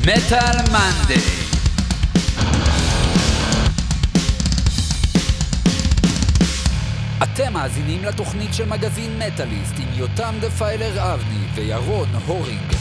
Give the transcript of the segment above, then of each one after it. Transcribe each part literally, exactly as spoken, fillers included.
מטל מנדי. אתם מאזינים לתוכנית של מגזין מטאליסט עם יותם דפיילר אבני וירון הורינג.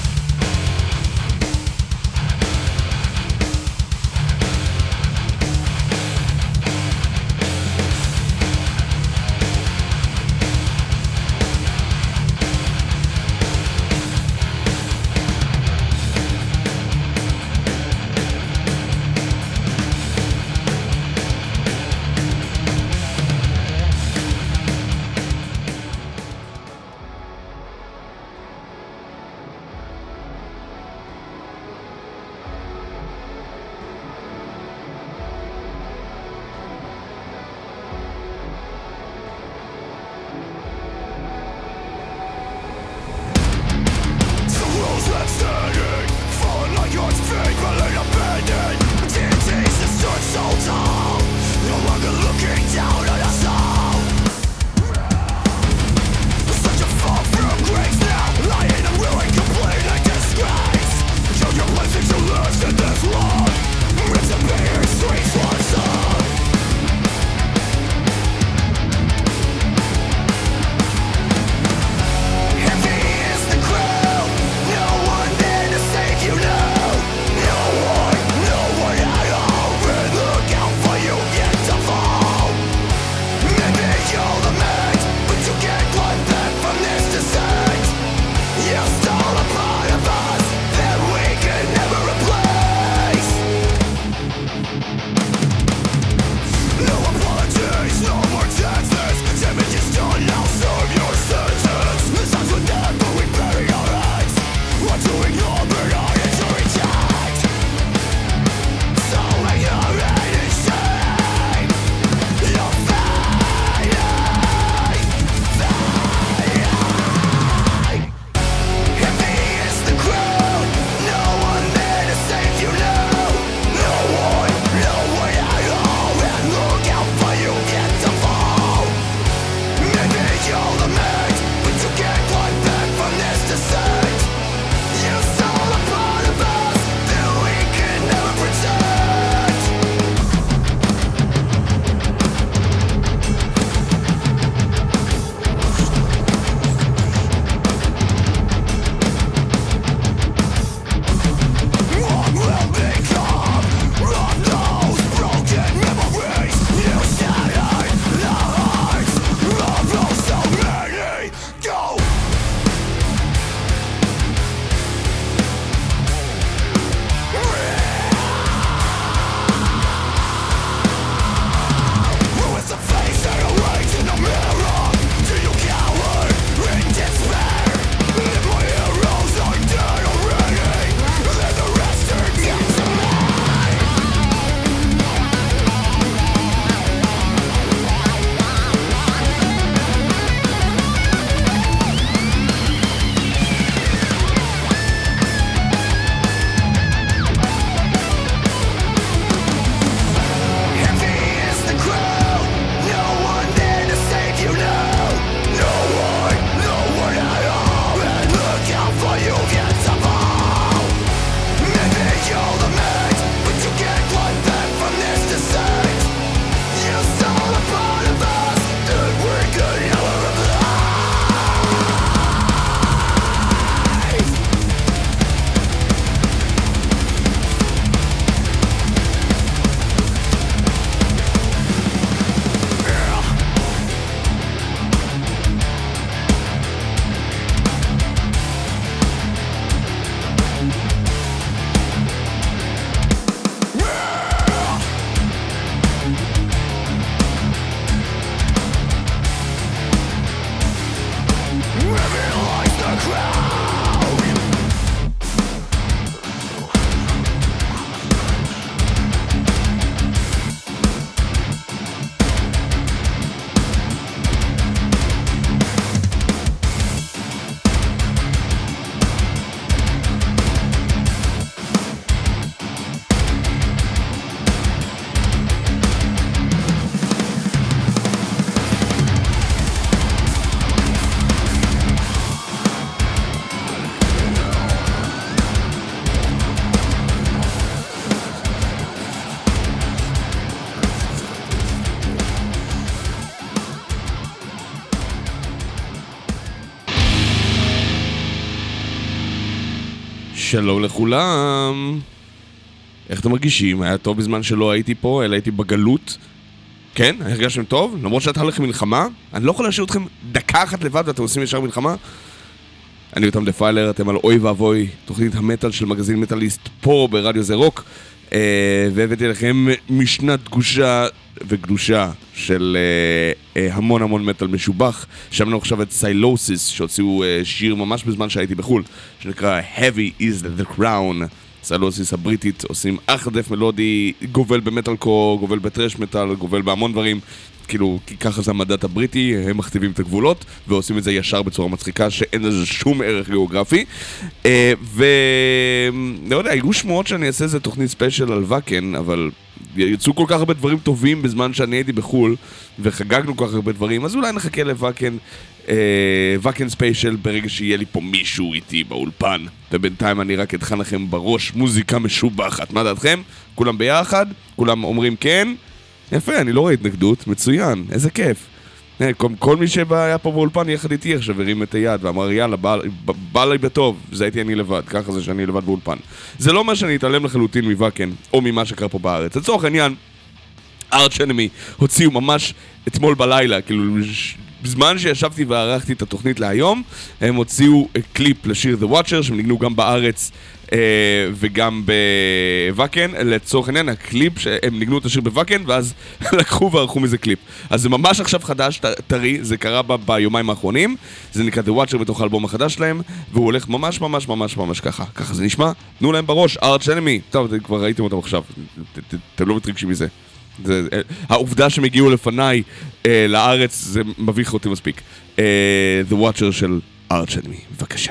שלום לכולם. איך אתם מרגישים? היה טוב בזמן שלא הייתי פה, אלא הייתי בגלות. כן? הרגשתם טוב? למרות שאתה לכם מלחמה? אני לא יכול להשאיר אתכם דקה אחת לבד ואתם עושים ישר מלחמה? אני אותם דפיילר, אתם על אוי ואבוי, תוכנית המטל של מגזין מטליסט פה ברדיו זה רוק, והבאתי לכם משנת גושה וגדושה של המון המון מטל משובח. שמענו עכשיו את סיילוסיס שהוציאו שיר ממש בזמן שהייתי בחול שנקרא Heavy is the Crown. סיילוסיס הבריטית עושים אחלה דף מלודי, גובל במטל קור, גובל בטרש מטל, גובל בהמון דברים, כאילו, כי ככה זה המדעת הבריטי, הם מכתיבים את הגבולות ועושים את זה ישר בצורה מצחיקה שאין לזה שום ערך גיאוגרפי. ו... לא יודע, היו שמועות שאני אעשה איזה תוכנית ספיישל על וקן, אבל יצאו כל כך הרבה דברים טובים בזמן שאני הייתי בחול וחגגנו כל כך הרבה דברים, אז אולי נחכה לווקן וקן ספיישל ברגע שיהיה לי פה מישהו איתי באולפן. ובינתיים אני רק אתחן לכם בראש מוזיקה משובחת. מה דעתכם? כולם ביחד? כולם אומרים כן? יפה, אני לא רואה התנגדות, מצוין, איזה כיף. כל, כל מי שהיה פה באולפן יחד איתי עכשיו הרים את היד ואמר יאללה, בא, בא, בא לי בטוב, זה הייתי אני לבד, ככה זה שאני לבד באולפן. זה לא מה שאני אתעלם לחלוטין מווקן או ממה שקרה פה בארץ. לצורך העניין, ארץ' אנמי הוציאו ממש אתמול בלילה, כאילו בזמן שישבתי וערכתי את התוכנית להיום, הם הוציאו קליפ לשיר The Watcher שמנגנו גם בארץ וגם בווקן. לצורך העניין, הקליפ שהם ניגנו את השיר בווקן ואז לקחו וערכו מזה קליפ. אז זה ממש עכשיו חדש, טרי, זה קרה ב- ביומיים האחרונים, זה נקרא The Watcher בתוך האלבום החדש שלהם, והוא הולך ממש ממש ממש ממש ככה, ככה זה נשמע. תנו להם בראש, ארץ' אנמי. טוב, כבר ראיתם אותם עכשיו, אתם לא מתרגשים מזה. זה, העובדה שהם הגיעו לפניי אה, לארץ זה מביך אותי מספיק. אה, The Watcher של ארץ' אנמי, בבקשה.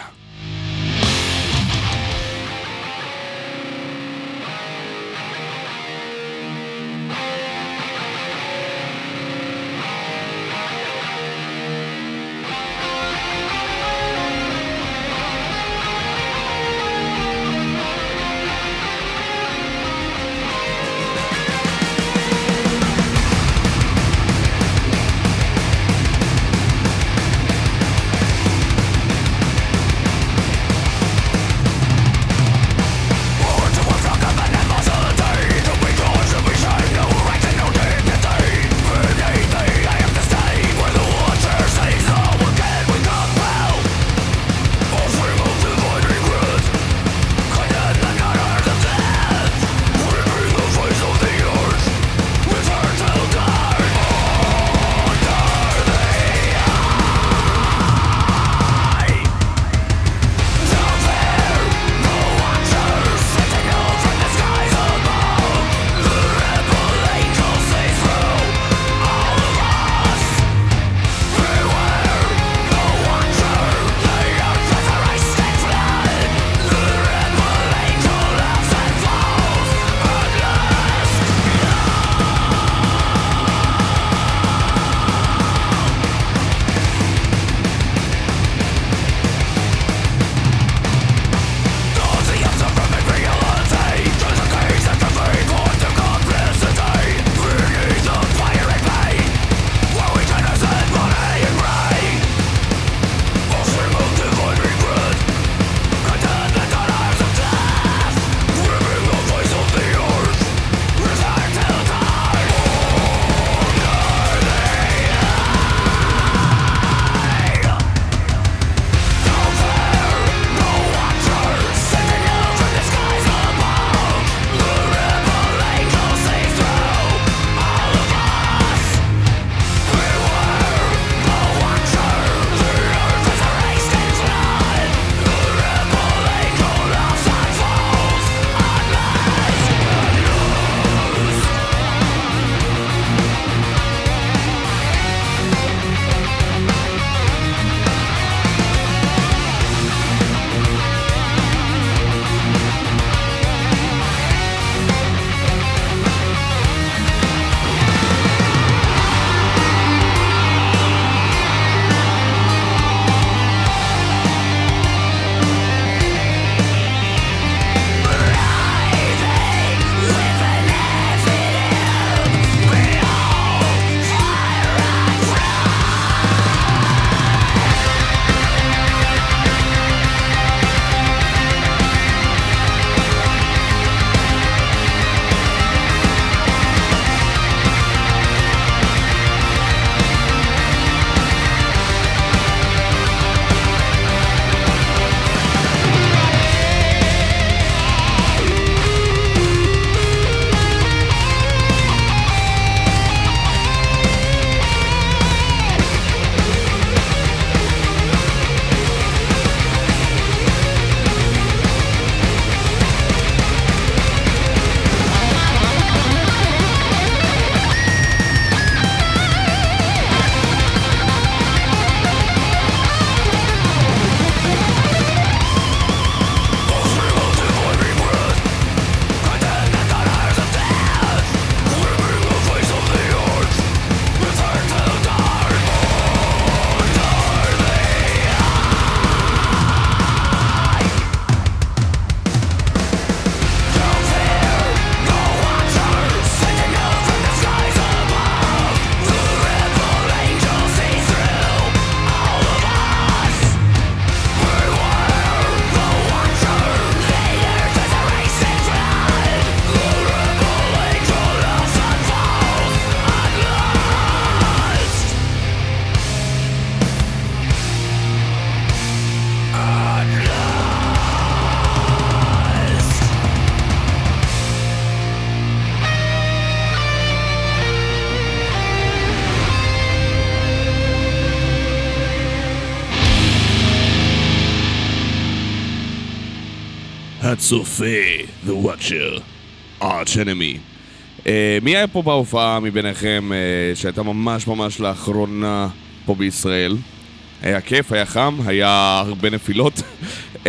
הצופה, The Watcher, Arch Enemy. Uh, מי היה פה בהופעה מביניכם uh, שהייתה ממש ממש לאחרונה פה בישראל? היה כיף, היה חם, היה הרבה נפילות. uh,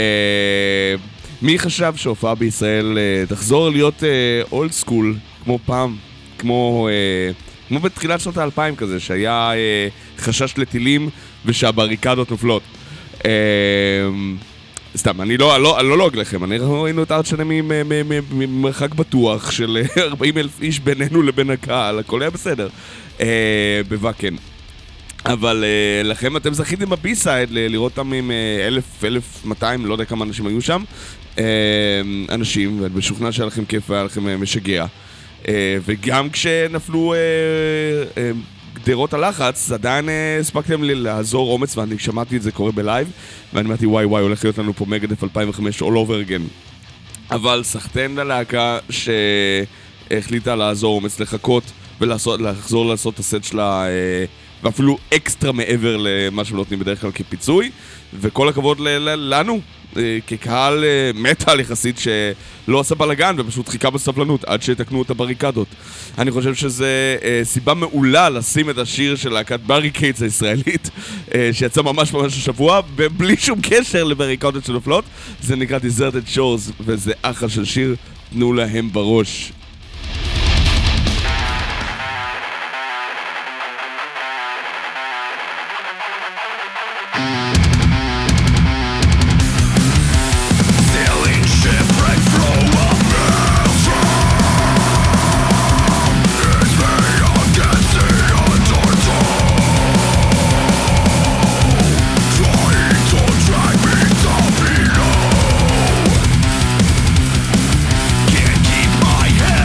מי חשב שהופעה בישראל uh, תחזור להיות אולד uh, סקול כמו פעם, כמו, uh, כמו בתחילת שנות האלפיים כזה, שהיה uh, חשש לטילים ושהבריקדות נופלות. Uh, סתם, אני לא, לא, לא לוג לכם, אני ראינו את Arch Enemy ממרחק בטוח של ארבעים אלף איש בינינו לבין הקהל, הכל היה בסדר, אה, בוואקן. אבל אה, לכם, אתם זכיתם בבי-סייד לראות אותם עם אלף, אלף מאתיים, לא יודע כמה אנשים היו שם, אה, אנשים, ואני משוכנע שהיה לכם כיף והיה לכם משגע. אה, וגם כשנפלו... אה, אה, גדרות הלחץ, עדיין הספקתם לי לעזור אומץ, ואני שמעתי את זה קורה בלייב, ואני אמרתי וואי וואי, הולך להיות לנו פה מגדף אלפיים וחמש all over again. אבל סחטיין ללהקה שהחליטה לעזור אומץ, לחכות ולחזור לעשות את הסט שלה, ואפילו אקסטרה מעבר למה שהם נותנים בדרך כלל כפיצוי, וכל הכבוד לנו, כקהל מטל יחסית שלא עשה בלגן ופשוט חיכה בסבלנות עד שתקנו את הבריקדות. אני חושב שזה סיבה מעולה לשים את השיר של להקת בריקיידס הישראלית שיצא ממש ממש השבוע בלי שום קשר לבריקדות שנופלות. זה נקרא Deserted Shores וזה אחלה של שיר, תנו להם בראש. Can't keep my head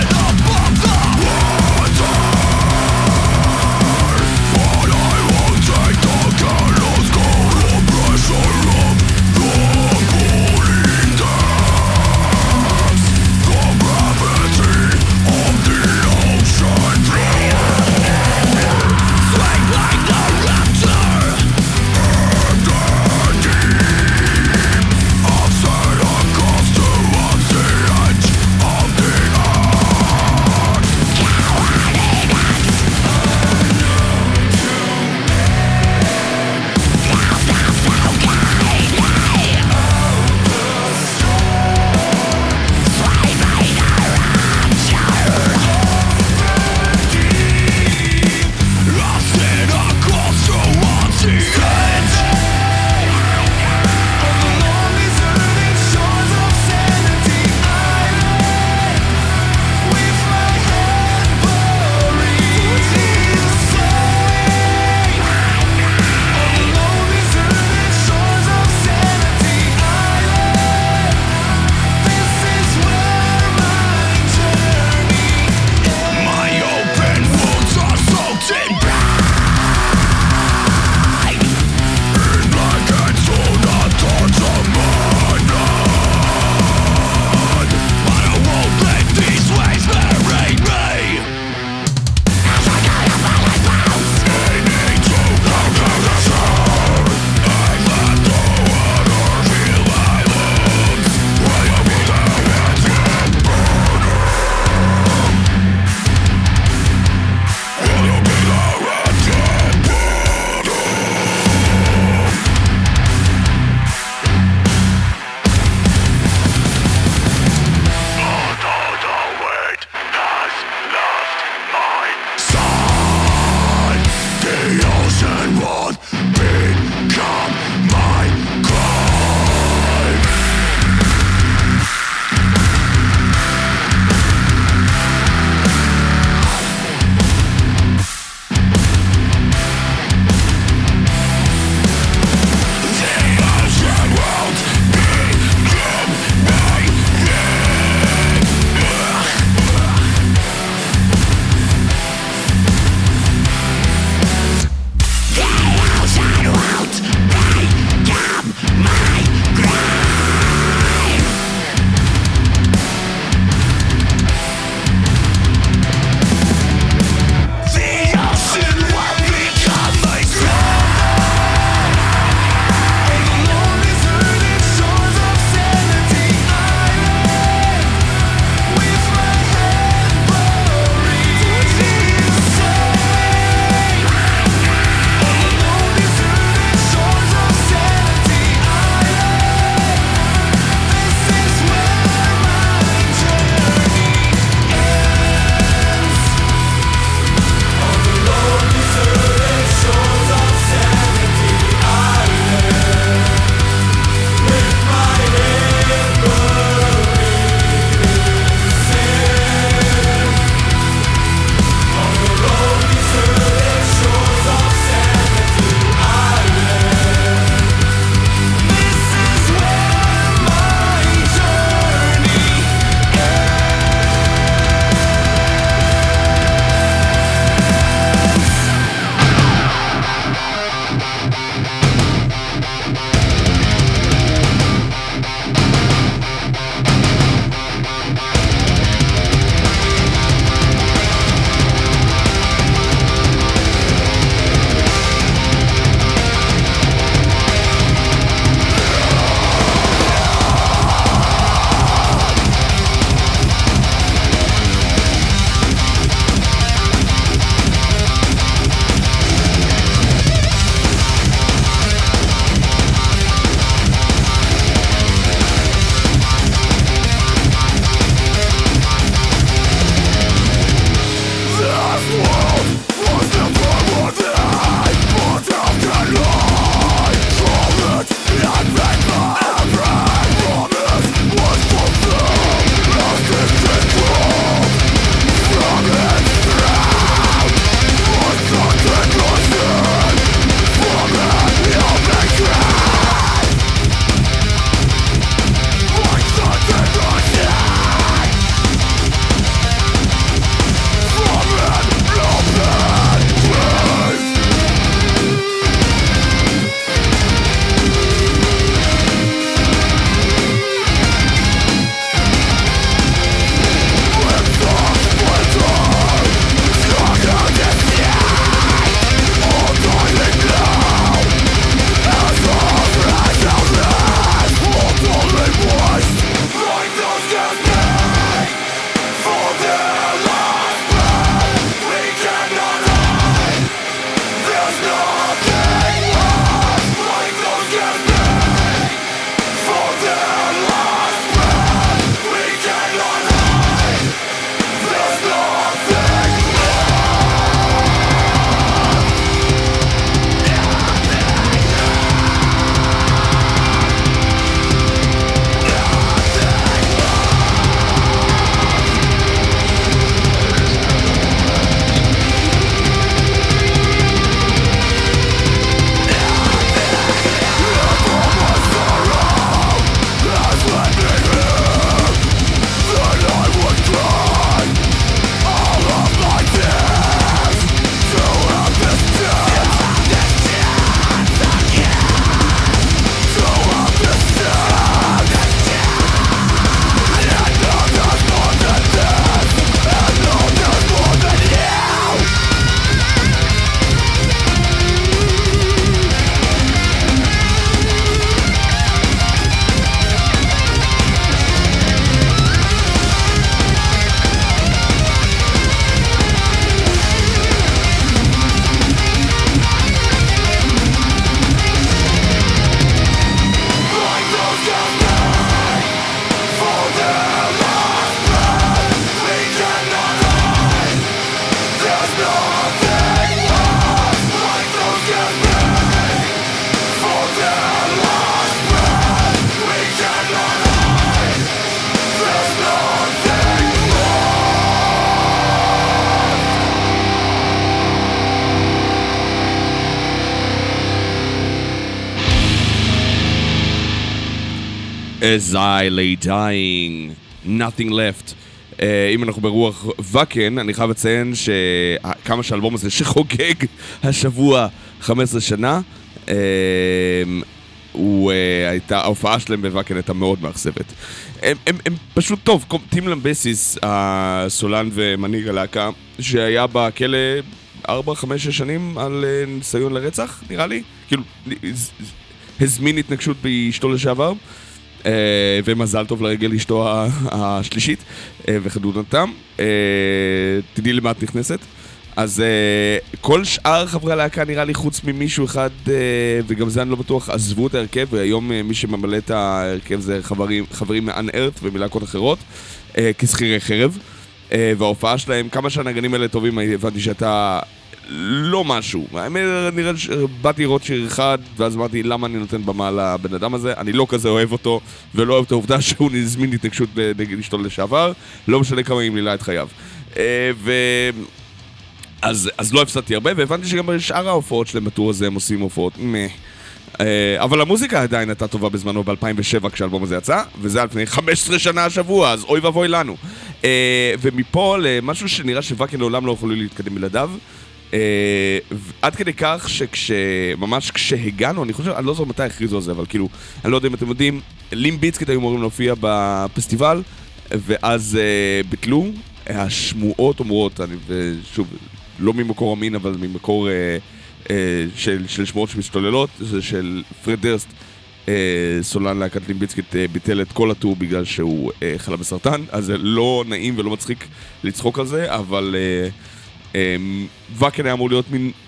As I lay dying, nothing left. Uh, אם אנחנו ברוח וקן, אני חייב לציין שכמה שהאלבום הזה שחוגג השבוע חמש עשרה שנה, uh, הוא, uh, הייתה, ההופעה שלהם בווקן הייתה מאוד מאכזבת. הם, הם, הם פשוט טוב, טים למבסיס, הסולן ומנהיג הלהקה, שהיה בכלא ארבע, חמש, שש שנים על uh, ניסיון לרצח, נראה לי. כאילו, הזמין התנגשות באשתו לשעבר. Uh, ומזל טוב לרגל אשתו השלישית uh, וחדודתם. uh, תדעי למה את נכנסת. אז uh, כל שאר חברי הלהקה נראה לי חוץ ממישהו אחד uh, וגם זה אני לא בטוח עזבו את ההרכב, והיום uh, מי שממלא את ההרכב זה חברים, חברים מאן-ארת ומלהקות אחרות uh, כשכירי חרב. uh, וההופעה שלהם, כמה שהנגנים האלה טובים, הבנתי שאתה לא משהו. נראה שבאתי לראות שיר אחד ואז אמרתי למה אני נותן במה לבן אדם הזה, אני לא כזה אוהב אותו ולא אוהב את העובדה שהוא נזמין התנגשות נגד אשתו לשעבר, לא משנה כמה היא מילאה את חייו. ו... אז, אז לא הפסדתי הרבה, והבנתי שגם בשאר ההופעות שלהם בטור הזה הם עושים הופעות אבל המוזיקה עדיין הייתה טובה בזמנו ב-אלפיים ושבע כשהאלבום הזה יצא, וזה על פני חמש עשרה שנה השבוע, אז אוי ואבוי לנו. ומפה למשהו שנראה שווקן לעולם לא יכולו להתקדם בלעדיו, Uh, עד כדי כך שממש כשהגענו, אני חושב, אני לא זוכר מתי הכריזו על זה, אבל כאילו, אני לא יודע אם אתם יודעים, לימפ ביזקיט היו אמורים להופיע בפסטיבל, ואז uh, ביטלו. השמועות אומרות, אני, ושוב, לא ממקור אמין, אבל ממקור uh, uh, של, של שמועות שמשתוללות, זה של פרד דרסט, uh, סולן להקת לימפ ביזקיט, uh, ביטל את כל הטור בגלל שהוא uh, חלה בסרטן, אז זה לא נעים ולא מצחיק לצחוק על זה, אבל... Uh, וקן היה אמור להיות מין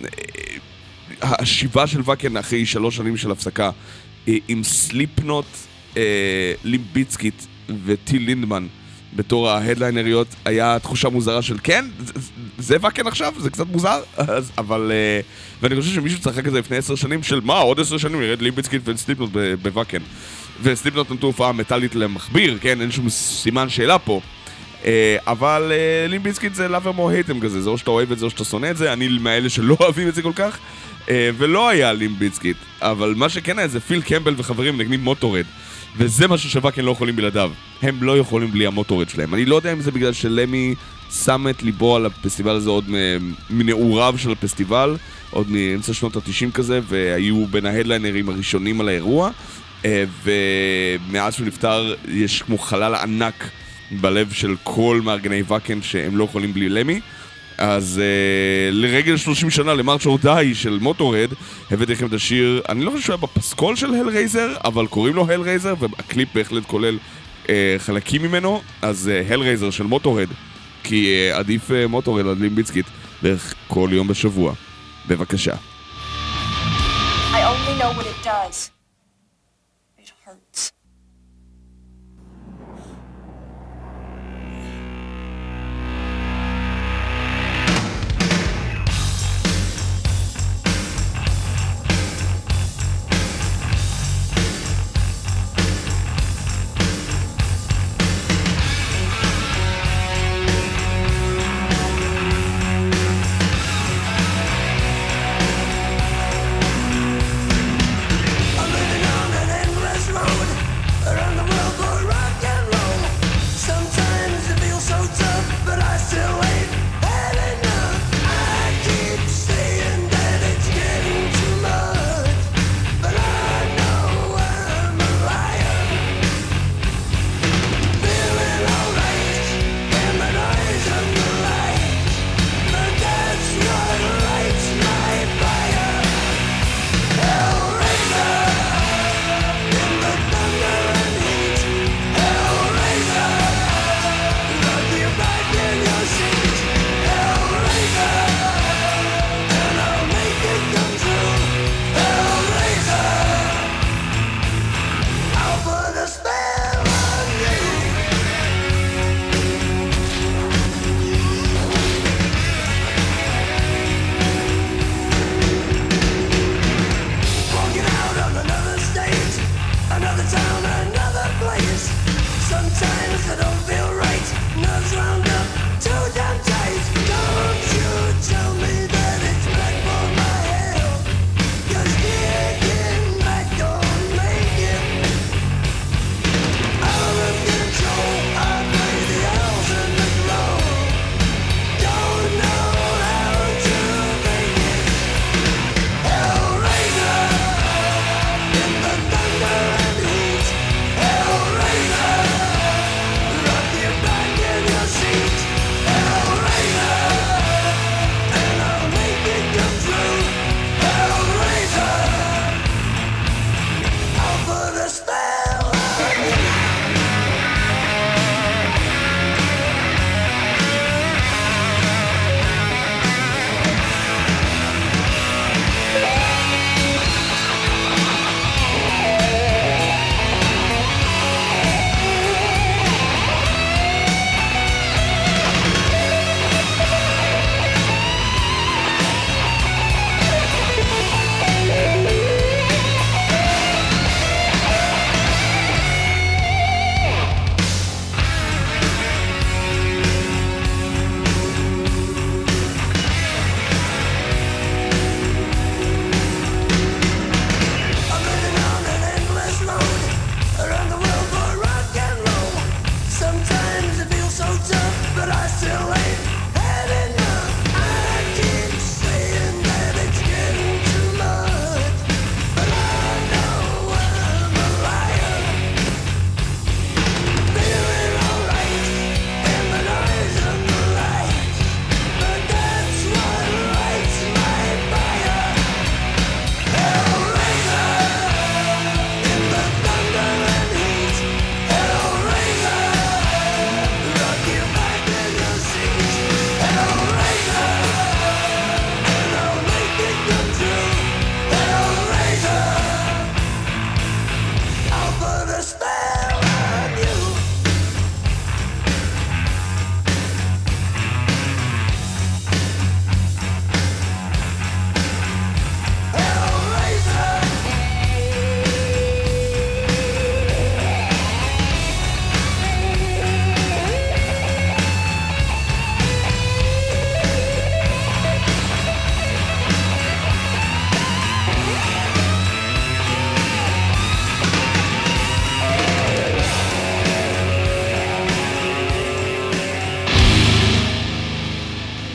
השיבה של וקן אחרי שלוש שנים של הפסקה עם סליפנוט, לימפ ביזקיט וטיל לינדמן בתור ההדליינריות. היה תחושה מוזרה של כן, זה וקן עכשיו? זה קצת מוזר, אבל ואני חושב שמישהו צחק את זה לפני עשר שנים של מה, עוד עשר שנים ירד לימפ ביזקיט וסליפנוט בווקן, וסליפנוט נתנו הופעה מטלית למחביר, כן, אין שום סימן שאלה פה. אבל לימפ ביזקיט זה לאבר מו הייטם כזה, זה או שאתה אוהב את זה או שאתה שונא את זה, אני מאלה שלא אוהבים את זה כל כך, ולא היה לימפ ביזקיט, אבל מה שכן היה זה פיל קמבל וחברים נגנים מוטורד, וזה משהו שווקן לא יכולים בלעדיו, הם לא יכולים בלי המוטורד שלהם. אני לא יודע אם זה בגלל שלמי שם את ליבו על הפסטיבל הזה עוד מנעוריו של הפסטיבל, עוד מאמצע שנות ה-תשעים כזה, והיו בין ההדליינרים הראשונים על האירוע, ומאז שהוא נפטר יש כמו חלל ענק בלב של כל מארגני וקן שהם לא יכולים בלי למי. אז uh, לרגל שלושים שנה למרץ' אור דיי של מוטורד הבאתי לכם את השיר, אני לא חושב שהוא היה בפסקול של הלרייזר, אבל קוראים לו הלרייזר, והקליפ בהחלט כולל uh, חלקים ממנו. אז uh, הלרייזר של מוטורד, כי uh, עדיף uh, מוטורד על לימפ ביזקיט בערך כל יום בשבוע. בבקשה. I only know what it does. It hurts. I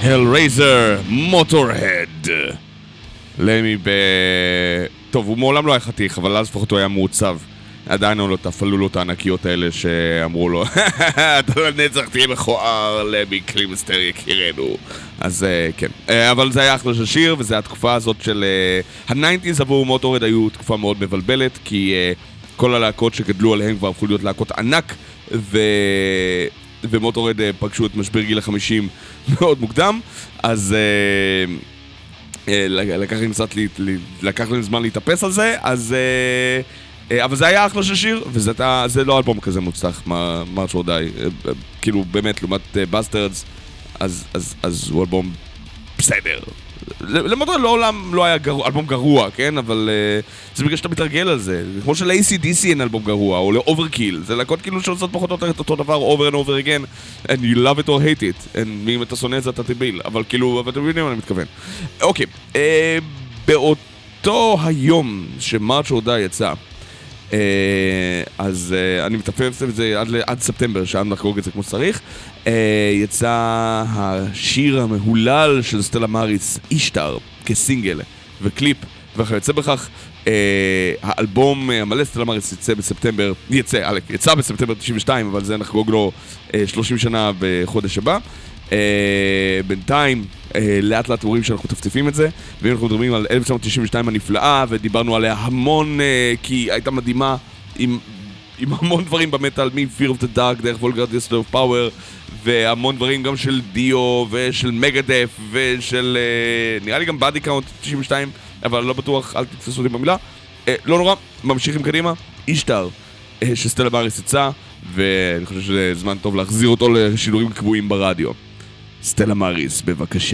הלרייזר, מוטורהד. למי ב... טוב, הוא מעולם לא היה חתיך, אבל אז לפחות הוא היה מעוצב. עדיין לא תפלו לו את הענקיות האלה שאמרו לו אתה לנצח תהיה מכוער, למי קלימסטר יקירנו. אז כן, אבל זה היה אחלה של שיר, וזה התקופה הזאת של... הניינטיז עבור מוטורהד היו תקופה מאוד מבלבלת, כי כל הלהקות שגדלו עליהם כבר הפכו להיות להקות ענק, ו... ומוטורהד פגשו את משבר גיל החמישים מאוד מוקדם, אז לקח להם קצת, לקח להם זמן להתאפס על זה, אז... אבל זה היה אחלה של שיר, וזה לא אלבום כזה מוצלח, מרץ' אור דיי, כאילו באמת, לעומת בסטרדס, אז הוא אלבום בסדר. למוטורהד לעולם לא היה אלבום גרוע, כן? אבל זה בגלל שאתה מתרגל על זה. כמו של-איי סי די סי אין אלבום גרוע, או ל-Overkill. זה להקות כאילו שעושות פחות או יותר את אותו דבר over and over again, and you love it or hate it. ואם אתה שונא את זה אתה תביל, אבל כאילו, אבל אתם יודעים מה אני מתכוון. אוקיי, באותו היום שמרץ' אור דיי יצא, אז אני מתפף את זה עד ספטמבר, שם נחגוג את זה כמו שצריך. יצא השיר המהולל של סטלה מאריס, אישטר, כסינגל וקליפ, ואחרי יצא בכך האלבום המלא סטלה מאריס יצא בספטמבר, יצא, אלק, יצא בספטמבר תשעים ושתיים, אבל זה נחגוג לו שלושים שנה בחודש הבא. בינתיים לאט לאט רואים שאנחנו תפציפים את זה, ואם אנחנו מדברים על אלף תשע מאות תשעים ושתיים הנפלאה, ודיברנו עליה המון כי הייתה מדהימה עם, עם המון דברים במטל, מ-Fear of the Dark, דרך Vulgar Display of Power, והמון דברים גם של דיו ושל מגדף ושל נראה לי גם Body Count תשעים ושתיים, אבל לא בטוח, אל תתפסו אותי במילה. לא נורא, ממשיכים קדימה. אישטר שסטלה מאריס יצא, ואני חושב שזה זמן טוב להחזיר אותו לשידורים קבועים ברדיו. סטלה מאריס, בבקשה.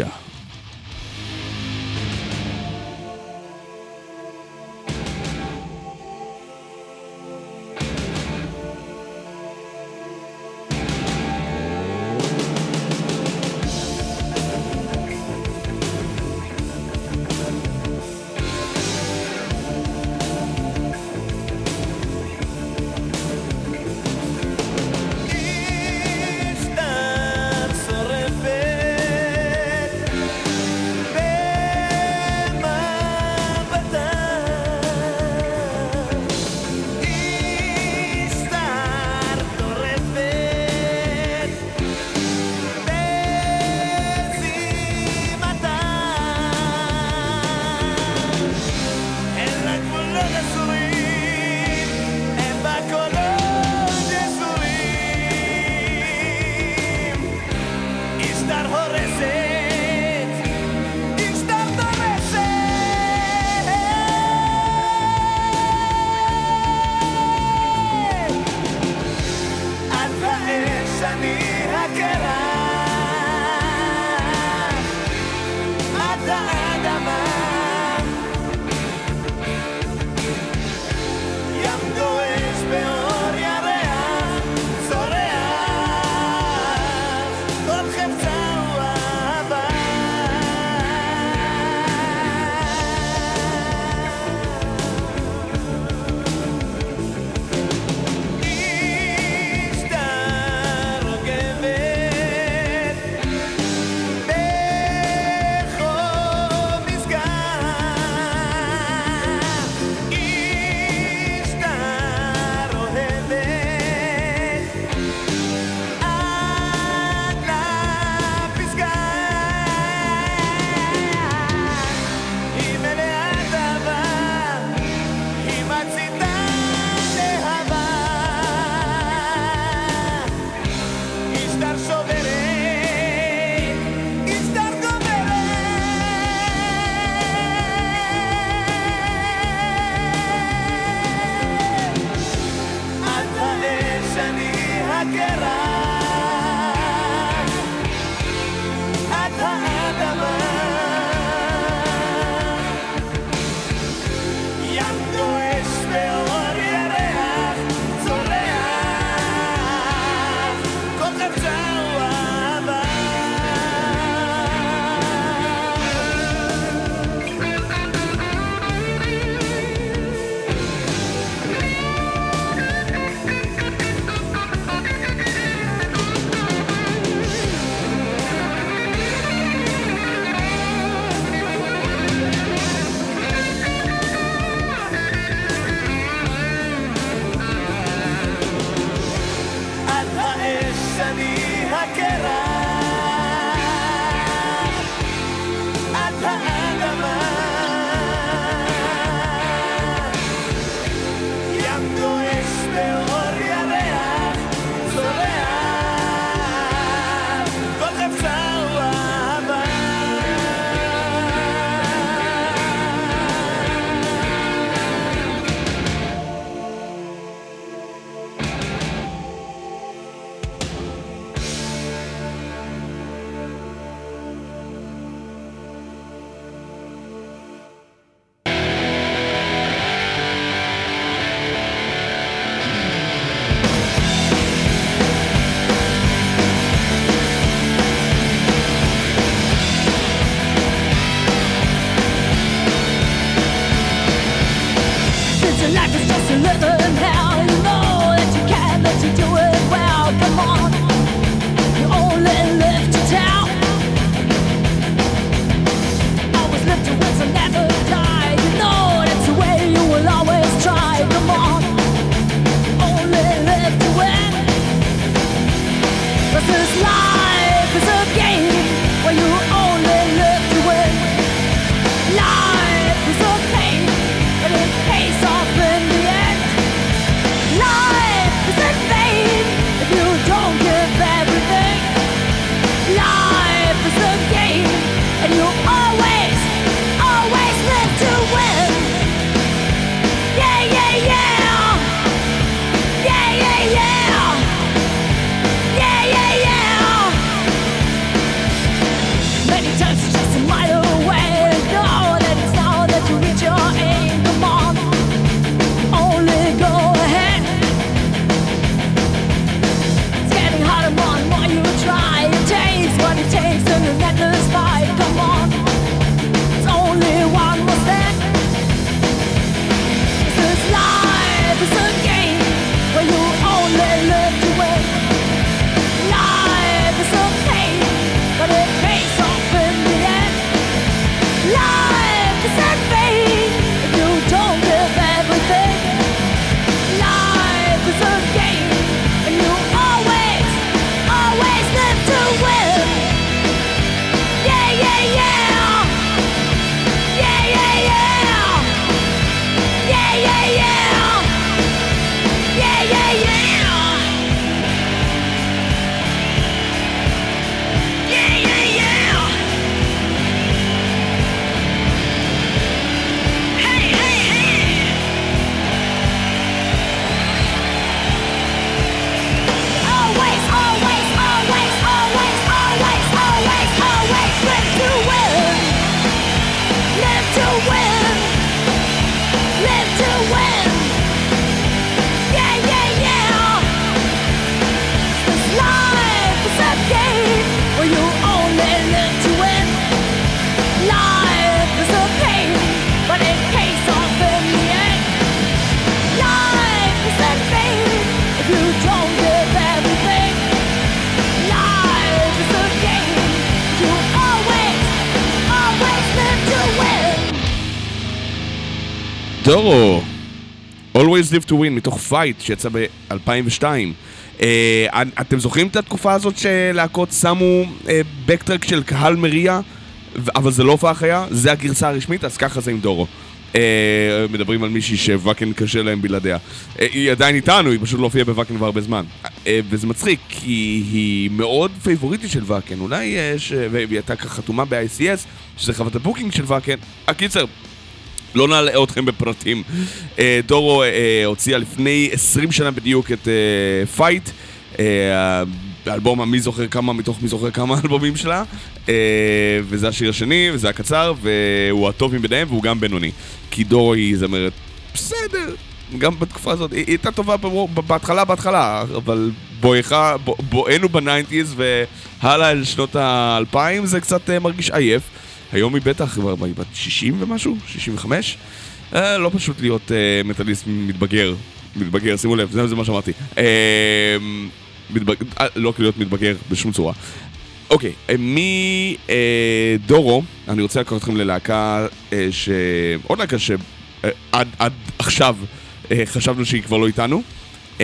דורו, Always Live to Win, מתוך פייט שיצא ב-אלפיים ושתיים. Uh, אתם זוכרים את התקופה הזאת שלהקות שמו uh, בקטרק של קהל מריע, אבל זה לא הופעה חיה? זה הגרסה הרשמית, אז ככה זה עם דורו. Uh, מדברים על מישהי שוואקן קשה להם בלעדיה. Uh, היא עדיין איתנו, היא פשוט לא הופיעה בוואקן כבר הרבה זמן. Uh, וזה מצחיק, כי היא מאוד פייבוריטית של וואקן. אולי יש, והיא הייתה ככה חתומה ב-איי סי אס, שזה חוות הבוקינג של וואקן. הקיצר, לא נעלה אתכם בפרטים. Uh, דורו uh, הוציאה לפני עשרים שנה בדיוק את פייט. Uh, האלבום המי זוכר כמה מתוך מי זוכר כמה אלבומים שלה, uh, וזה השיר השני, וזה הקצר, והוא הטוב מביניהם, והוא גם בינוני. כי דורו היא זמרת בסדר, גם בתקופה הזאת, היא הייתה טובה בהתחלה, בהתחלה, אבל בואכה, בואנו בניינטיז, והלאה אל שנות האלפיים, זה קצת uh, מרגיש עייף. היום היא בטח כבר בת שישים ומשהו, שישים וחמש. אה, לא פשוט להיות אה, מטליסט מתבגר. מתבגר, שימו לב, זה, זה מה שאמרתי. אה, מתבג... אה, לא להיות מתבגר בשום צורה. אוקיי, אה, מדורו, אה, אני רוצה לקרוא אתכם ללהקה אה, ש... עוד להקה שעד אה, עד, עד עכשיו אה, חשבנו שהיא כבר לא איתנו. אה,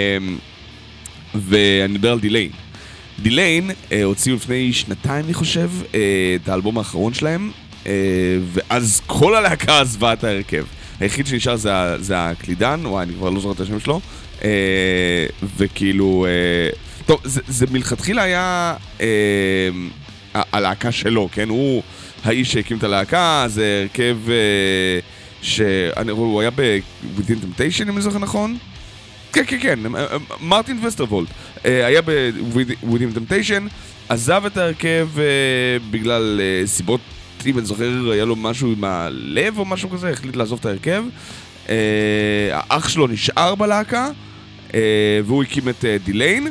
ואני מדבר על דיליין. דיליין אה, הוציאו לפני שנתיים, אני חושב, אה, את האלבום האחרון שלהם, אה, ואז כל הלהקה עזבה את ההרכב. היחיד שנשאר זה, זה הקלידן, וואי, אני כבר לא זוכר את השם שלו, אה, וכאילו... אה, טוב, זה, זה מלכתחילה היה אה, הלהקה שלו, כן? הוא האיש שהקים את הלהקה, זה הרכב אה, שהוא היה ב-Within Temptation, אם אני זוכר נכון? כן, כן, כן, מרטין וסטרוולד היה ב-Within Temptation, עזב את ההרכב בגלל סיבות, אם אני זוכר, היה לו משהו עם הלב או משהו כזה, החליט לעזוב את ההרכב. האח שלו נשאר בלהקה, והוא הקים את דיליין,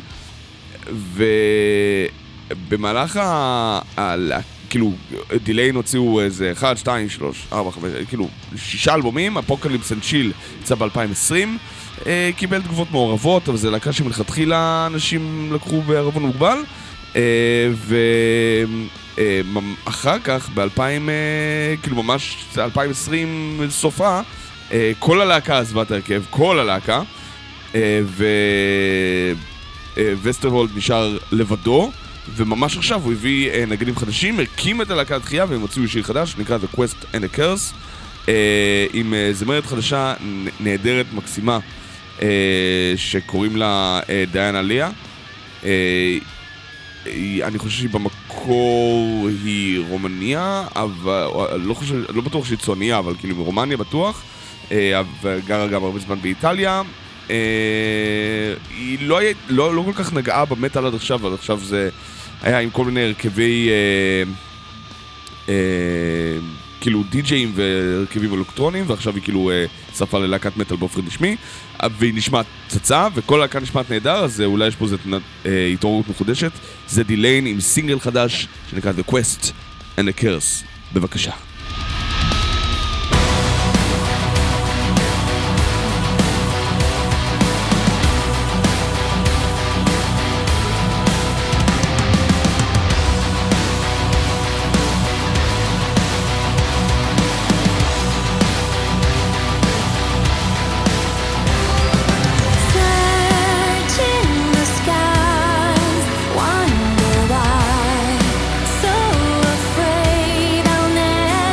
ובמהלך ה... כאילו, דיליין הוציאו איזה אחד, שתיים, שלוש, ארבע, חמש, כאילו, שישה אלבומים, אפוקליפס אנד צ'יל יצא ב-אלפיים ועשרים, אה, קיבל תגובות מעורבות, אבל זה להקה שמלכתחילה אנשים לקחו בערבון מוגבל, אה, ואחר אה, כך, ב-אלפיים, אה, כאילו ממש, זה אלפיים ועשרים סופה, אה, כל הלהקה עזבה את ההרכב, כל הלהקה, אה, וווסטרוולד אה, נשאר לבדו, וממש עכשיו הוא הביא אה, נגנים חדשים, הקים את הלהקת תחייה והם הוציאו שיר חדש שנקרא The Quest and the Curse, אה, עם אה, זמרת חדשה נהדרת מקסימה אה, שקוראים לה אה, דיאנה ליה. אה, אני חושב שהיא במקור היא רומניה, אבל לא, חושב, לא בטוח שהיא צועניה, אבל כאילו מרומניה בטוח, אה, וגרה גם הרבה זמן באיטליה. Uh, היא לא, לא, לא כל כך נגעה במטל עד עכשיו, אבל עכשיו זה היה עם כל מיני הרכבי uh, uh, כאילו די-ג'אים והרכבים אלקטרוניים, ועכשיו היא כאילו uh, צפה ללהקת מטל באופן רשמי, והיא נשמעת צצה, וכל להקה נשמעת נהדר, אז אולי יש פה זה uh, התעוררות מחודשת. זה דיליין עם סינגל חדש שנקרא The Quest and the Curse. בבקשה. Wonder why, so afraid I'll never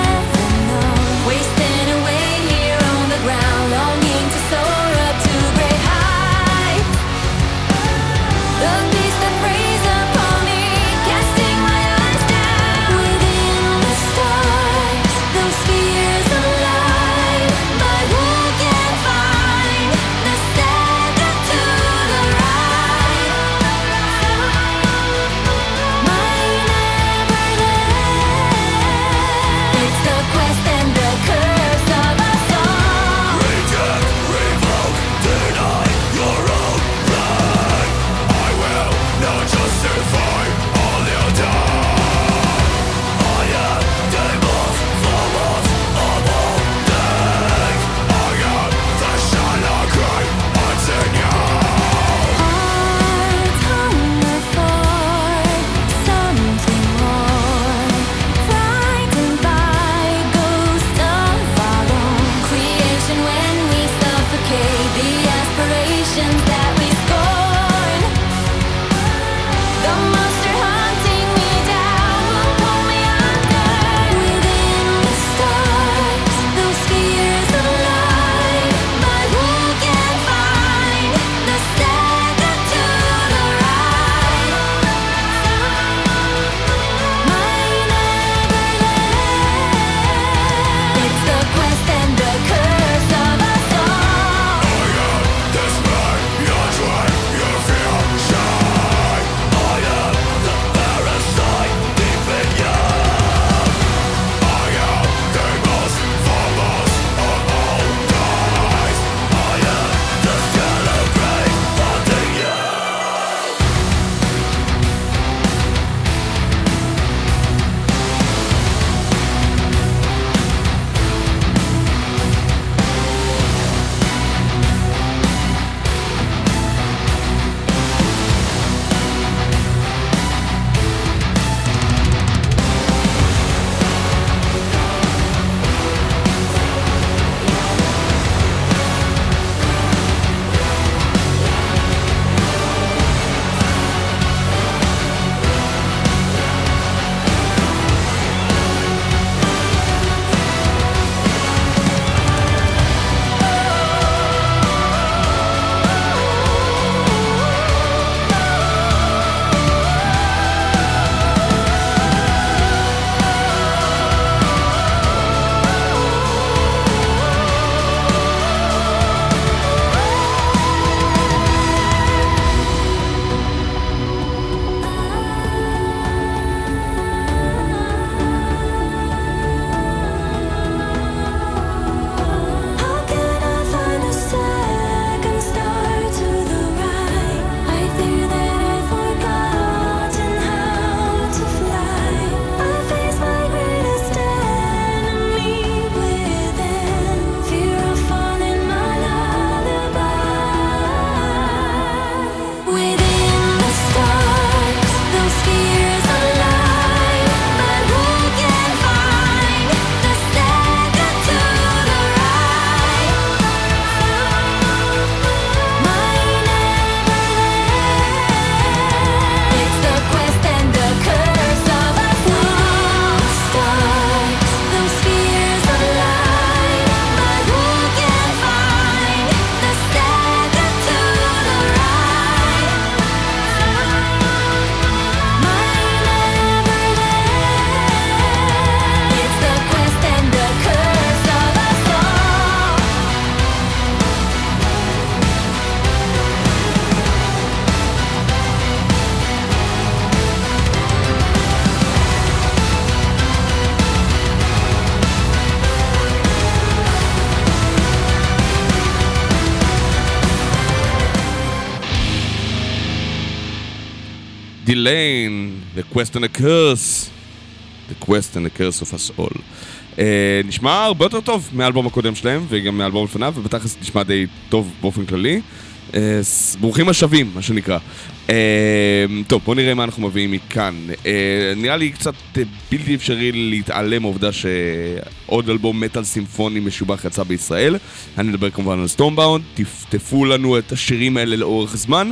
Delane, The Quest and the Curse. The Quest and the Curse of us all. Uh, נשמע הרבה יותר טוב מהאלבום הקודם שלהם, וגם מהאלבום לפניו, ובטח נשמע די טוב באופן כללי. Uh, ברוכים השווים, מה שנקרא. Uh, טוב, בואו נראה מה אנחנו מביאים מכאן. Uh, נראה לי קצת uh, בלתי אפשרי להתעלם מהעובדה שעוד אלבום מטל סימפוני משובח יצא בישראל. אני מדבר כמובן על סטורמבאונד. תפתפו לנו את השירים האלה לאורך זמן,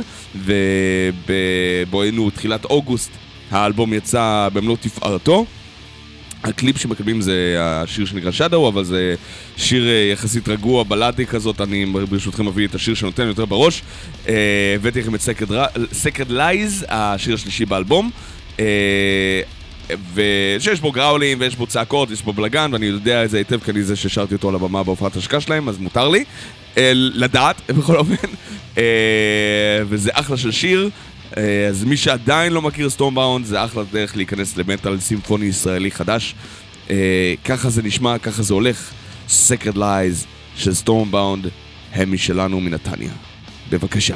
ובואנו תחילת אוגוסט האלבום יצא במלוא תפארתו. הקליפ שמקבלים זה השיר שנקרא Shadow, אבל זה שיר יחסית רגוע, בלאדי כזאת. אני ברשותכם מביא את השיר שנותן יותר בראש. הבאתי לכם את Sacred Lies, השיר השלישי באלבום, ושיש בו גראולים ויש בו צעקות, יש בו בלגן, ואני יודע את זה היטב כי אני זה ששרתי אותו על הבמה בהופעת השקה שלהם, אז מותר לי לדעת בכל אופן. וזה אחלה של שיר. אז מי שעדיין לא מכיר סטורמבאונד, זה אחלה דרך להיכנס למטל סימפוני ישראלי חדש. ככה זה נשמע, ככה זה הולך. Sacred Lies של סטורמבאונד, הם משלנו מנתניה. בבקשה.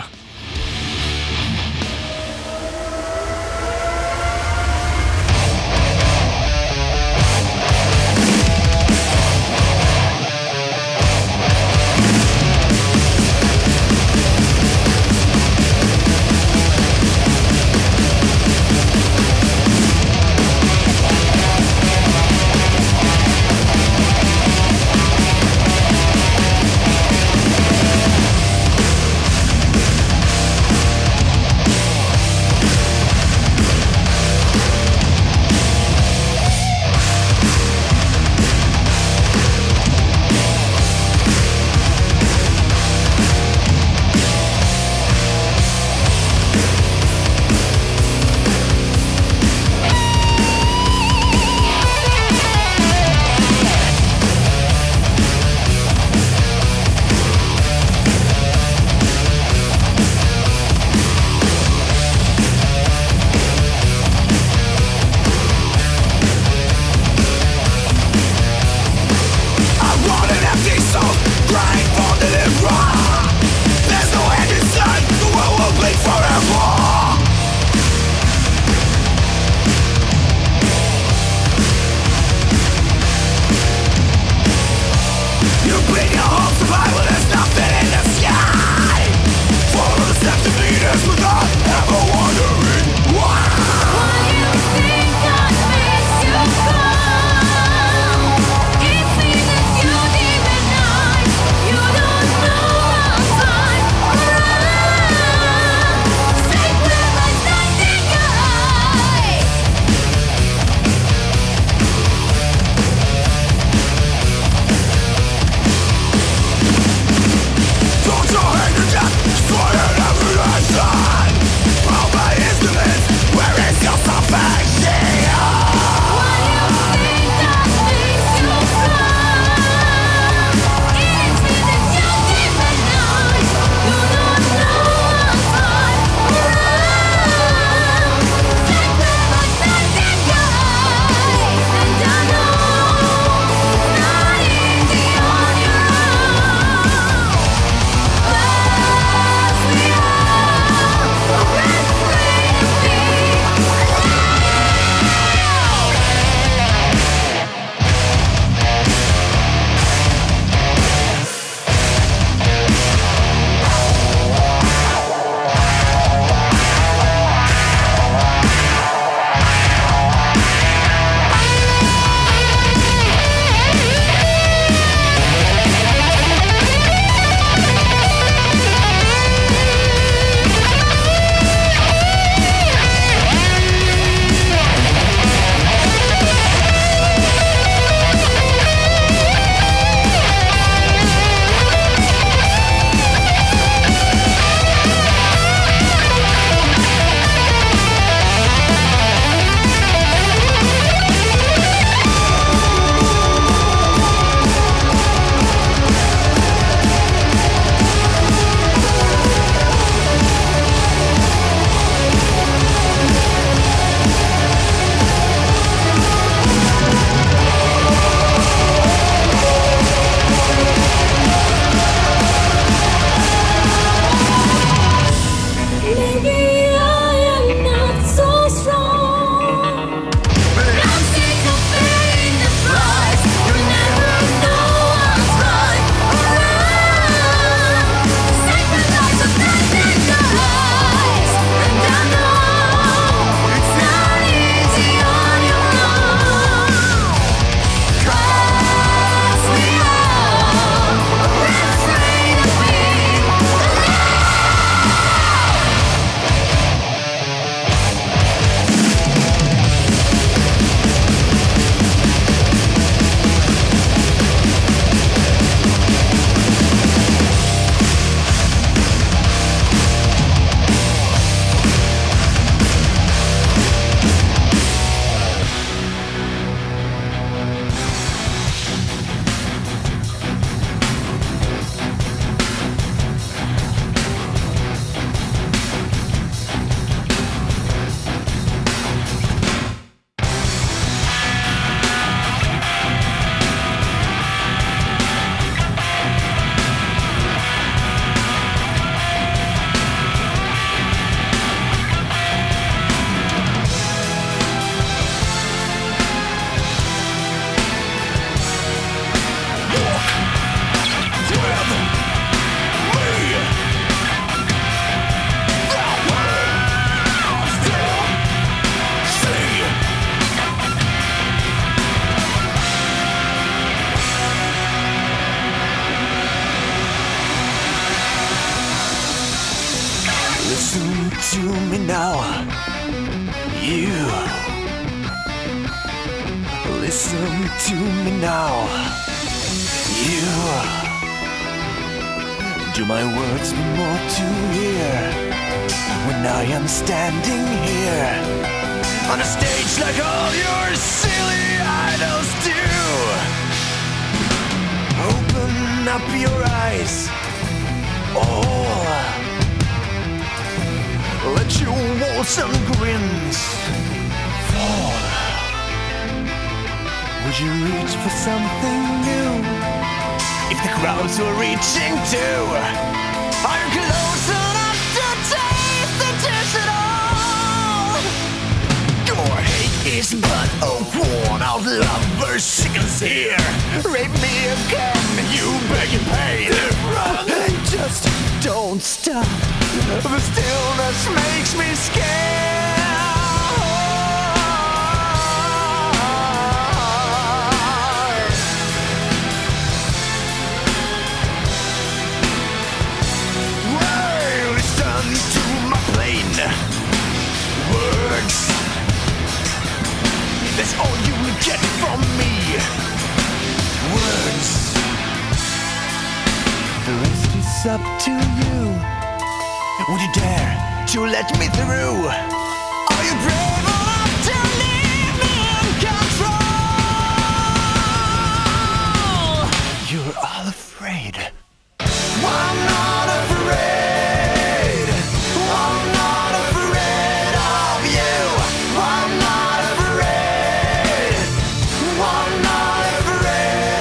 Listen to me now. You do my words mean more to hear when I am standing here on a stage like all your silly idols do. Open up your eyes, oh, let your walls and grins fall. Would you reach for something new if the crowds were reaching too? Are you close enough to taste the dish at all? Your hate is but a worn-out lover sickens here. Rape me again, you beg and pay. And just don't stop. The stillness makes me scared. Words, that's all you will get from me. Words, the rest is up to you. Would you dare to let me through? Are you brave enough to leave me in control? You're all afraid. I'm not afraid. I'm not afraid of you. I'm not afraid. I'm not afraid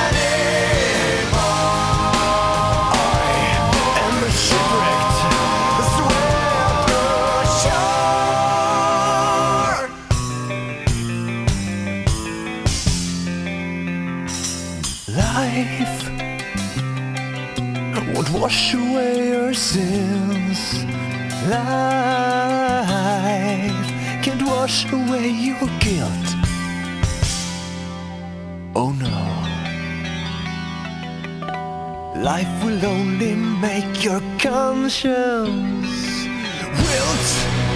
anymore. I am a shipwrecked, swept ashore. Life won't wash away your sins. Life can't wash away your guilt. Oh no. Life will only make your conscience wilt.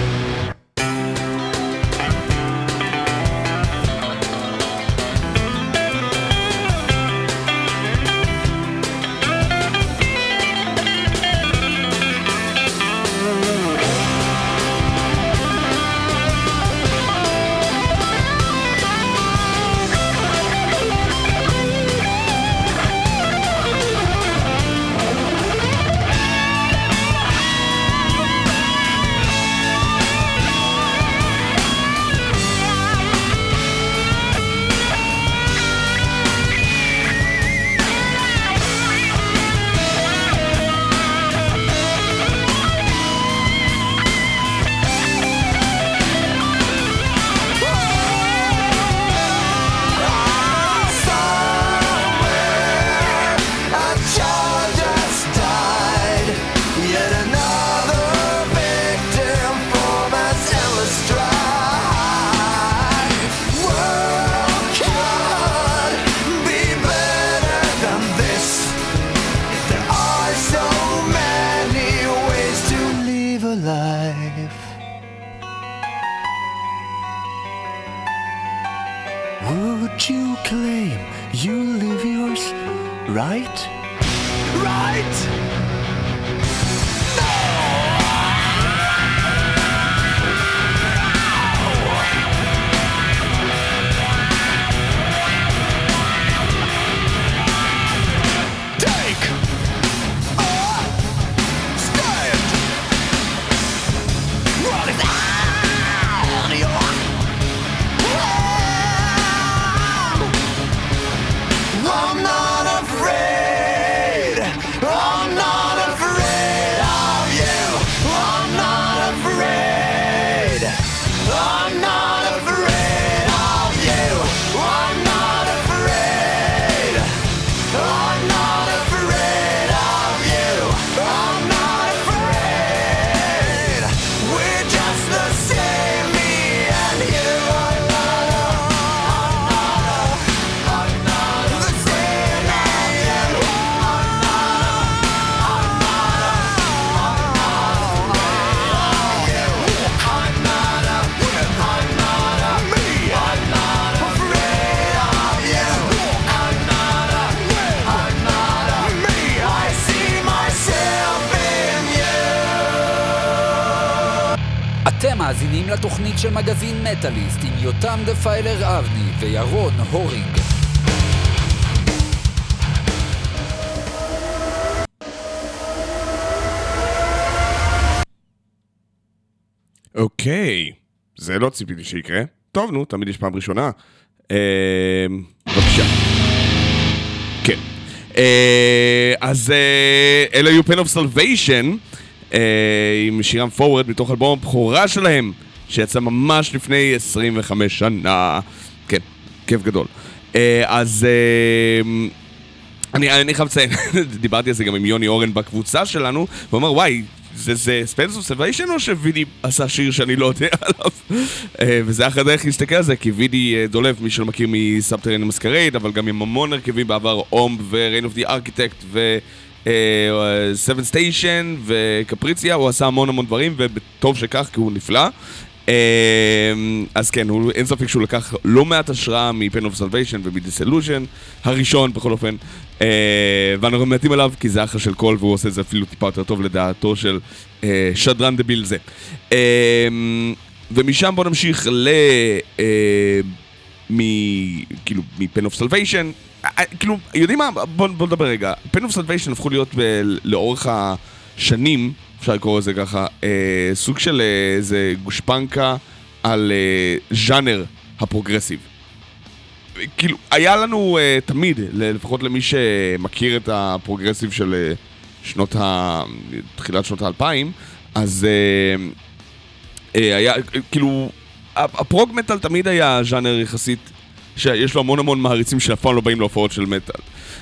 Would you claim you live yours right? Right? I'm not afraid. I'm not מאזינים לתוכנית של מגזין מטאליסט עם יותם דפיילר אבני וירון הורינג. אוקיי, זה לא ציפיתי שיקרה. טוב, נו, תמיד יש פעם ראשונה. בבקשה. כן. אז אלה היו Pain of Salvation, עם שירם Forward מתוך אלבום הבכורה שלהם, שיצא ממש לפני עשרים וחמש שנה. כן, כיף גדול. אז אני, אני חייב לציין, דיברתי על זה גם עם יוני אורן בקבוצה שלנו, והוא אמר, וואי, זה, זה Pain of Salvation או שווידי עשה שיר שאני לא יודע עליו? וזה אחת הדרך להסתכל על זה, כי וידי דולב, מי שלא מכיר מסאבטריין המסקרייד, אבל גם עם המון הרכבים בעבר, אומב ו-Reign of the Architect ו... Seven Station וקפריציה, הוא עשה המון המון דברים, וטוב שכך, כי הוא נפלא. אז כן, אין ספק שהוא לקח לא מעט השראה מ-Pain of Salvation ומ-Disillusion, הראשון בכל אופן, ואנחנו מעטים עליו כי זה אחלה של קול, והוא עושה את זה אפילו טיפה יותר טוב לדעתו של שדרן דביל זה. ומשם בוא נמשיך ל... כאילו, מ-Pain of Salvation, כאילו, יודעים מה? בוא, בוא נדבר רגע. Pain of Salvation הפכו להיות ב- לאורך השנים, אפשר לקרוא לזה ככה, אה, סוג של אה, איזה גושפנקה על אה, ז'אנר הפרוגרסיב. כאילו, היה לנו אה, תמיד, לפחות למי שמכיר את הפרוגרסיב של אה, שנות ה... תחילת שנות האלפיים, אז אה, אה, היה, כאילו, הפרוג מטל תמיד היה ז'אנר יחסית שיש לו המון המון מעריצים שאף פעם לא באים להופעות של מטל.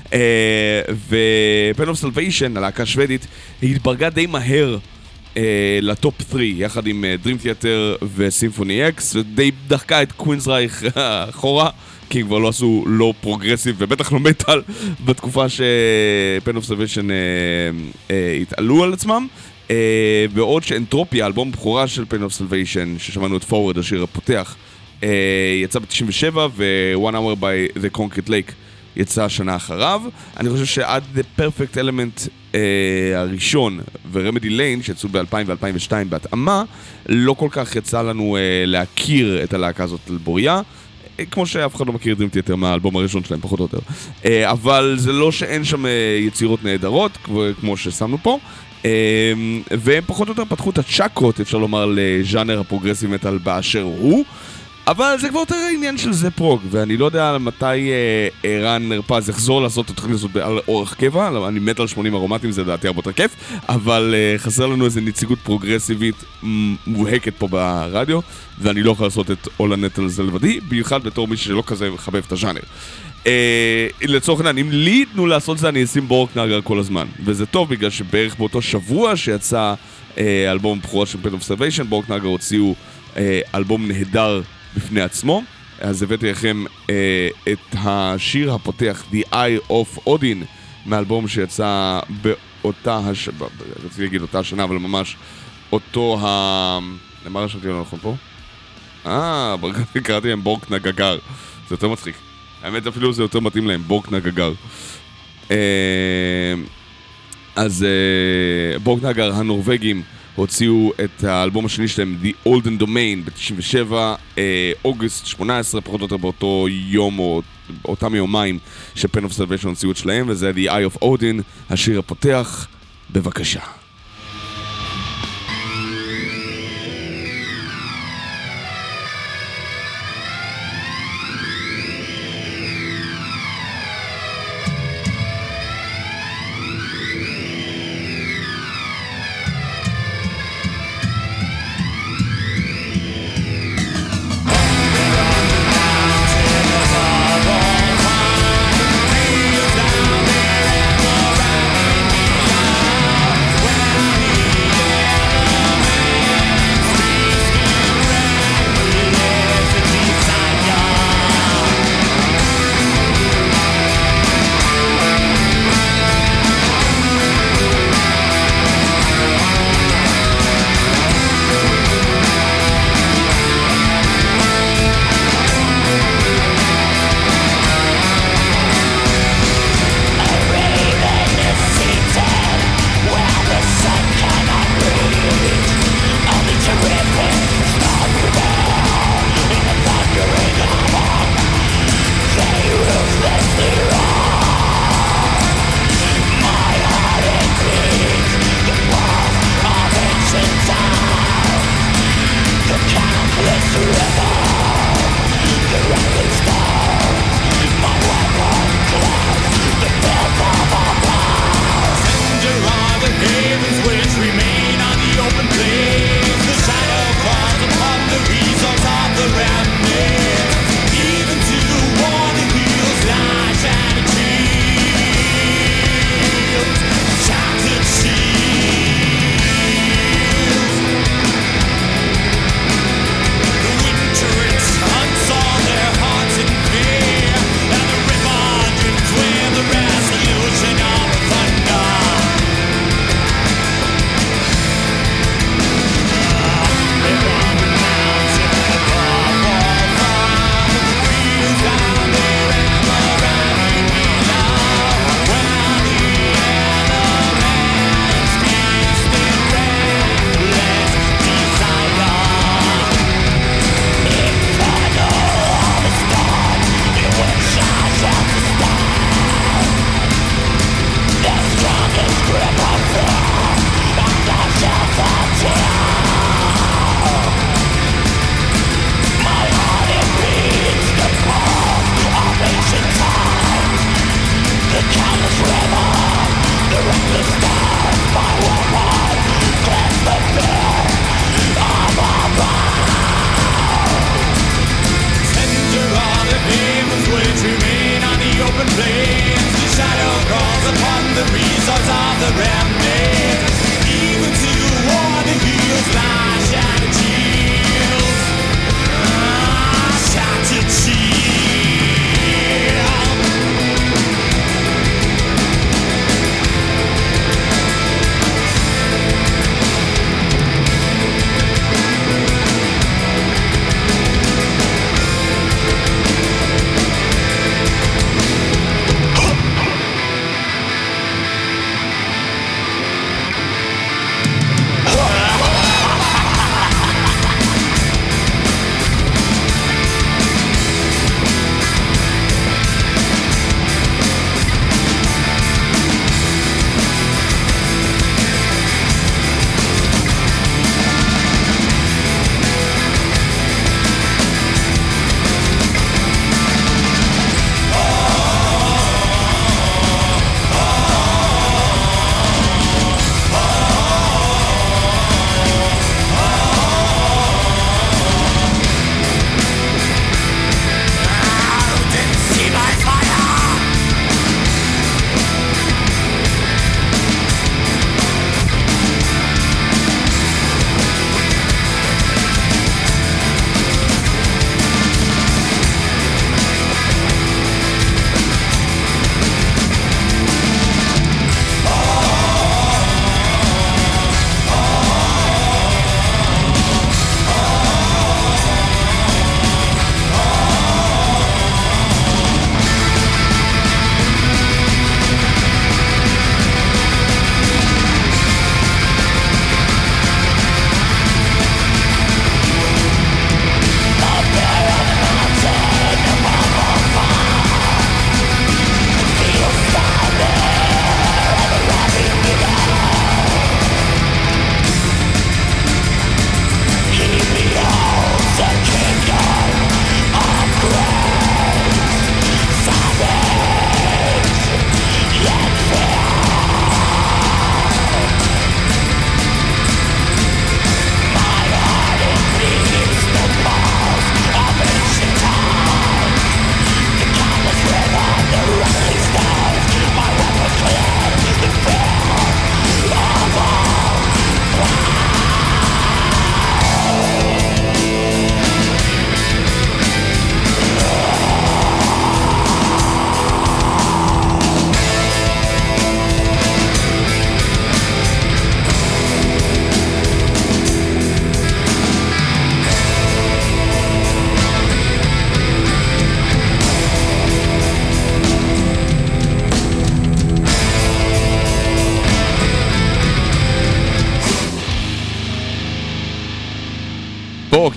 ו-Pain of Salvation, הלהקה השוודית, היא התברגה די מהר לטופ שלוש, יחד עם Dream Theater ו-Symphony X, ודי דחקה את קווינסרייך אחורה, כי הם כבר לא עשו לא פרוגרסיב ובטח לא מטל בתקופה ש-Pain of Salvation התעלו על עצמם. בעוד שאנטרופיה, האלבום בכורה של Pain of Salvation, ששמענו את Forward, השיר הפותח, יצא ב-תשעים ושבע, ו-One Hour by the Concrete Lake יצא שנה אחריו. אני חושב שעד The Perfect Element uh, הראשון ו-Remedy Lane, שיצאו ב-אלפיים ו-אלפיים ושתיים בהתאמה, לא כל כך יצא לנו uh, להכיר את הלהקה הזאת לבוריה, uh, כמו שאף אחד לא מכיר דרים תיאטר מהאלבום הראשון שלהם, פחות או יותר. Uh, אבל זה לא שאין שם uh, יצירות נהדרות, כמו ששמנו פה, uh, והם פחות או יותר פתחו את הצ'קרות, אפשר לומר, לז'אנר הפרוגרסיב מטל באשר הוא. אבל זה כבר יותר העניין של זה פרוג, ואני לא יודע מתי אה, רן נרפז יחזור לעשות את התוכנית הזאת על אורך קבע, אני מת על שמונים ארומטים, זה דעתי הרבה יותר כיף, אבל אה, חסר לנו איזו נציגות פרוגרסיבית מובהקת פה ברדיו, ואני לא יכול לעשות את all הנטל הזה לבדי, במיוחד בתור מי שלא כזה מחבב את הז'אנר. אה, לצורך העניין, אם לי יתנו לעשות זה, אני אשים בורקנאגר כל הזמן, וזה טוב בגלל שבערך באותו שבוע שיצא אה, אלבום בכורה של Pain of Salvation, בורקנאגר הוציאו אה, אלבום נהדר בפני עצמו. אז הבאתי לכם אה, את השיר הפותח The Eye of Odin מאלבום שיצא באותה השנה, רציתי להגיד אותה השנה, אבל ממש אותו ה... למה רשמתי לא נכון פה? אה, קראתי להם בורקנאגר, זה יותר מצחיק, האמת אפילו זה יותר מתאים להם, בורקנאגר. אה, אז אה, בורקנאגר הנורווגים הוציאו את האלבום השני שלהם, The Olden Domain, ב-תשעים ושבע, אה, אוגוסט שמונה עשרה, פחות או יותר באותו יום או אותם יומיים ש-Pain of Salvation הוציאו את שלהם, וזה The Eye of Odin, השיר הפותח, בבקשה. When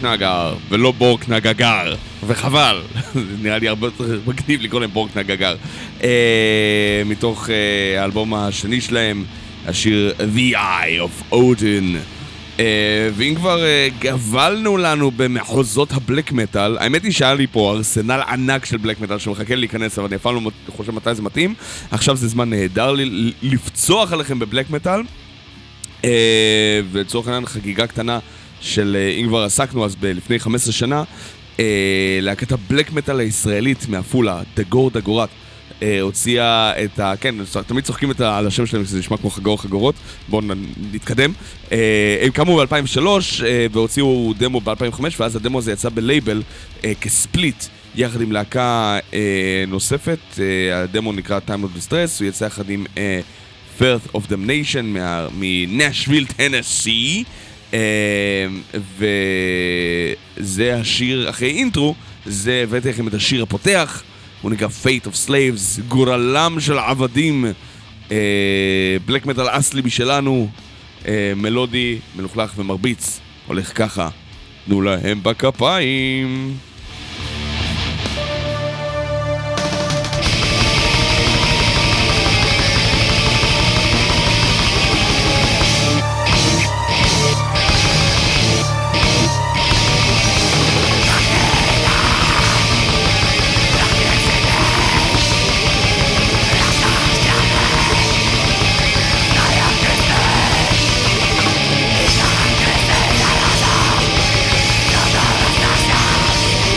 בורקנגר ולא בורקנגגר, וחבל, נראה לי הרבה יותר מגניב לקרוא להם בורקנגגר. אה, מתוך אה, האלבום השני שלהם, השיר The Eye of Odin. Uh, ואם כבר uh, גבלנו לנו במחוזות הבלק מטל, האמת היא שהיה לי פה ארסנל ענק של בלק מטל שמחכה להיכנס, אבל אני אפילו לא חושב מתי זה מתאים. עכשיו זה זמן נהדר לי לפצוח עליכם בבלק מטל, uh, ולצורך העניין חגיגה קטנה של, uh, אם כבר עסקנו אז לפני חמש עשרה שנה, uh, להקת הבלק מטל הישראלית מעפולה, דגור דגורת, הוציאה את ה... כן, תמיד צוחקים על השם שלהם, זה נשמע כמו חגור חגורות. בואו נתקדם. הם קמו ב-אלפיים ושלוש והוציאו דמו ב-אלפיים וחמש, ואז הדמו הזה יצא בלייבל כספליט יחד עם להקה נוספת. הדמו נקרא Time of Distress, הוא יצא יחד עם Firth of Damnation מנשוויל, טנסי, וזה השיר אחרי אינטרו, זה הבאתי לכם את השיר הפותח, הוא נקרא Fate of Slaves, גורלם של עבדים, בלק מטל אסלי בשלנו, אה, מלודי, מלוכלך ומרביץ, הולך ככה, תנו להם בכפיים. We'll be right back.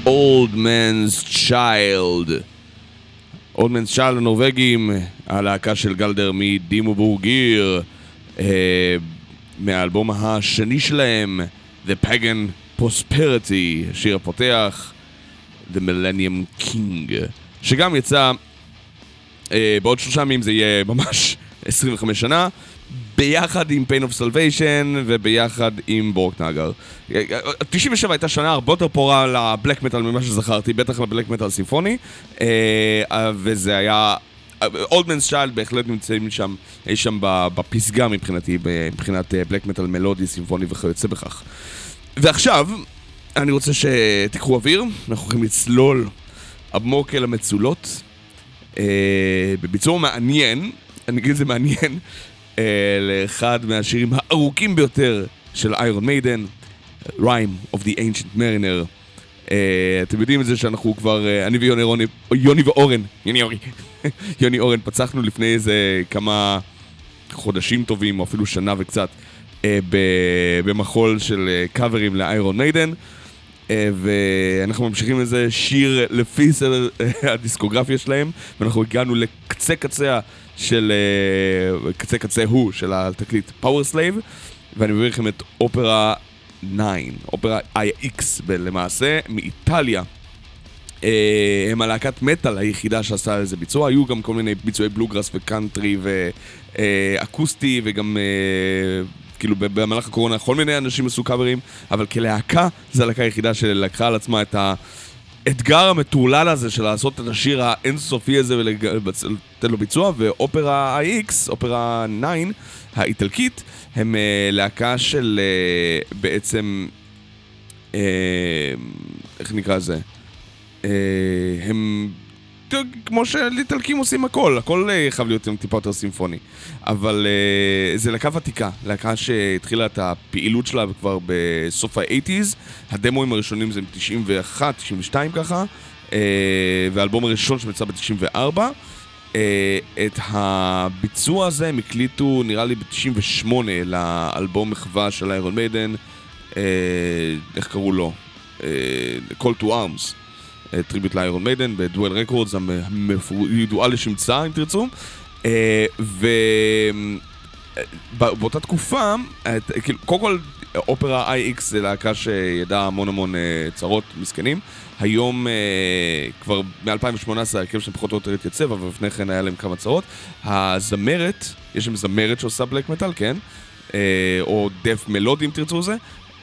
Old Man's Child. Old Man's Child הנורווגים, הלהקה של גלדר מדימו בורגיר, אה, מהאלבום השני שלהם, The Pagan Prosperity, השיר הפותח, The Millennium King, שגם יצא אה, בעוד שלושה ימים, זה יהיה ממש עשרים וחמש שנה, ביחד עם Pain of Salvation וביחד עם בורקנאגר. תשעים ושבע הייתה שנה הרבה יותר פורה לבלק מטל ממה שזכרתי, בטח לבלק מטל סימפוני, וזה היה... Old Man's Child בהחלט נמצאים שם, אי שם בפסגה מבחינתי, מבחינת בלק מטל מלודי, סימפוני וכיוצא בכך. ועכשיו, אני רוצה שתיקחו אוויר, אנחנו הולכים לצלול עמוק אל המצולות, בביצוע מעניין, אני אגיד את זה מעניין, לאחד מהשירים הארוכים ביותר של איירון מיידן, Rime of the Ancient Mariner. אתם יודעים את זה שאנחנו כבר, אני ויוני רוני, יוני ואורן, יוני אורי, יוני אורן, פצחנו לפני איזה כמה חודשים טובים, או אפילו שנה וקצת, במחול של קאברים לאיירון מיידן, ואנחנו ממשיכים לזה שיר לפי סדר הדיסקוגרפיה שלהם, ואנחנו הגענו לקצה קצה של קצה קצה הוא של התקליט Power Slave, ואני מביא לכם את אופרה תשע, אופרה איי אקס למעשה, מאיטליה. הם הלהקת מטל היחידה שעשה איזה ביצוע, היו גם כל מיני ביצועי בלוגראס וקאנטרי ואקוסטי, וגם כאילו במהלך הקורונה כל מיני אנשים עשו קאברים, אבל כלהקה זה הלהקה היחידה שלקחה על עצמה את האתגר המטורלל הזה של לעשות את השיר האינסופי הזה ולתת לו ביצוע. ואופרה איי אקס, אופרה תשע האיטלקית, הם להקה של בעצם, איך נקרא זה? הם כמו שאיטלקים עושים הכל, הכל חייב להיות טיפה יותר סימפוני, אבל זה להקה ותיקה, להקה שהתחילה את הפעילות שלה כבר בסוף ה-שמונים, הדמוים הראשונים זה תשעים ואחת, תשעים ושתיים ככה, והאלבום הראשון שמצא ב-תשעים וארבע. את הביצוע הזה הם הקליטו נראה לי ב-תשעים ושמונה לאלבום מחווה של איירון מיידן, איך קראו לו? Call to Arms, טריביוט לאיירון מיידן בדואל רקורדס, הידועה לשמצה אם תרצו. ובאותה תקופה, קודם כל אופרה איי אקס זה להקה שידעה המון המון צרות מסכנים. היום כבר מ-אלפיים ושמונה עשרה הרכב שהם פחות או יותר התייצב, אבל לפני כן היה להם כמה צרות. הזמרת, יש שם זמרת שעושה בלק מטל, כן? או דף מלודי אם תרצו זה.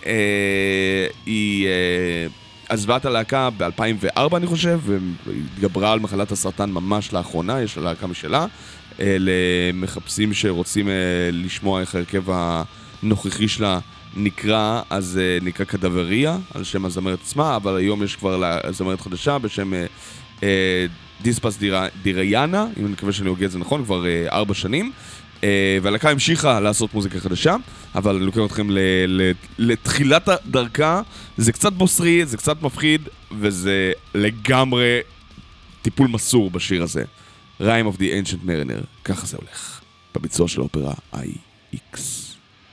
היא עזבה את הלהקה ב-אלפיים וארבע אני חושב, והתגברה על מחלת הסרטן ממש לאחרונה, יש לה להקה משלה. למחפשים שרוצים לשמוע איך הרכב הנוכחי שלה נקרא, אז נקרא קדבריה, על שם הזמרת עצמה, אבל היום יש כבר זמרת חדשה בשם דיספס דיריאנה, אם אני מקווה שאני הוגע את זה נכון, כבר ארבע שנים, והלהקה המשיכה לעשות מוזיקה חדשה, אבל אני לוקח אתכם לתחילת דרכה, זה קצת בוסרי, זה קצת מפחיד, וזה לגמרי טיפול מסור בשיר הזה. Rime of the Ancient Mariner, ככה זה הולך, בביצוע של אופרה איי אקס.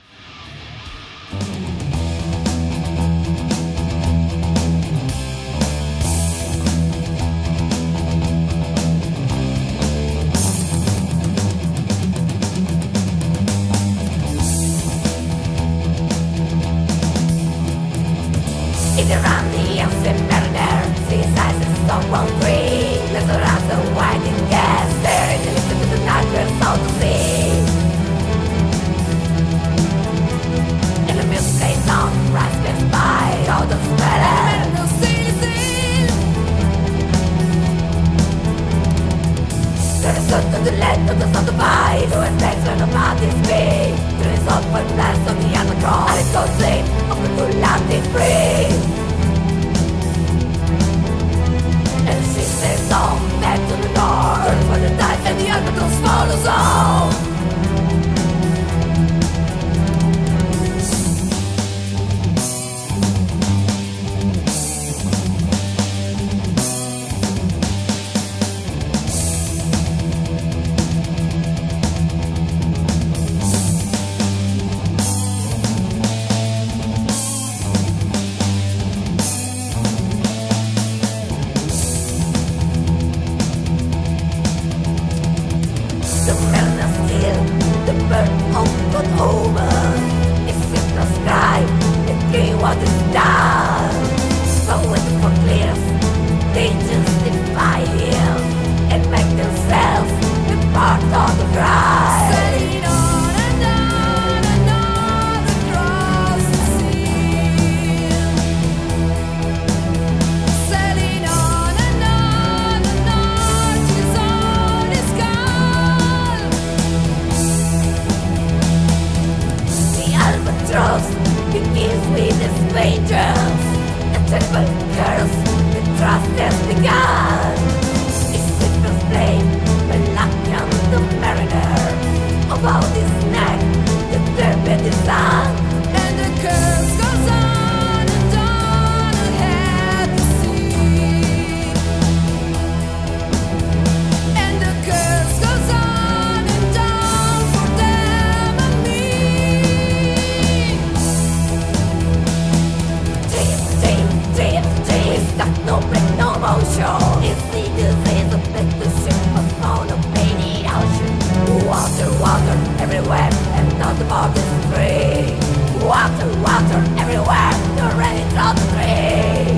It's around the ancient mariner, sees eyes and someone free. Let's around the winding gas, there in the midst of the night, we're sound to see. And the music plays on, rise gets by, all the sweater, and no season. There is sun to the land of the sun to buy, no effects when the mouth is big. There is hope for blast on the underground, and it goes late, of the full land is free. And she says on back to the door, turns for the dice and the albatross follows on. what is done. So when the clears, they just defy him and make themselves a part of the ride. Sailing on and on and on across the sea. Sailing on and on and on till all is gone. The albatross begins with the strangers. A terrible curse, the trust has begun. His sleepless flame, Malakian the mariner. About his neck, the turbid is on. And the curse goes on and on ahead the sea. And the curse goes on and on for them and me. Deep, deep, deep, deep, stuck no break, no motion. It's the disease of the ship of all of many ocean. Water, water everywhere, and not the boat is free. Water, water everywhere, you're ready to the tree.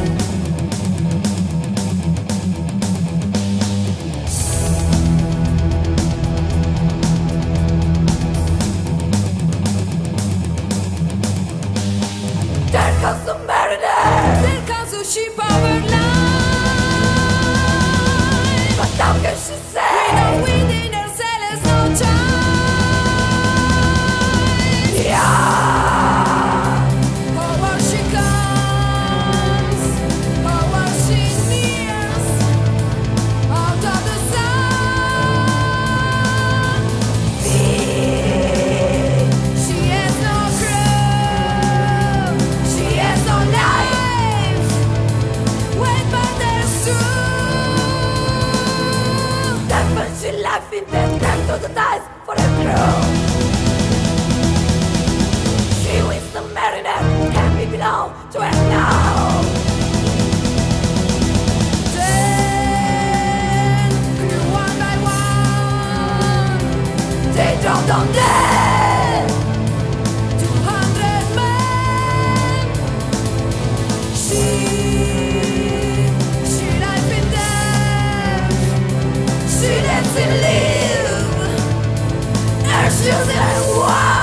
There comes the mariner. There comes the ship over line. But how can she say? With the wind in her sails, no time. Yeah. Oh, how she comes. Oh, how she nears. Out of the sun. She has no crew. She has no life. Wait, but there's truth. That puts your life in the time to the dice for the crew. She is the mariner, and we belong to her now. Then, crew one by one, they dropped on dead. Two hundred men. She, she life in death. She lets it live. Her shoes and one.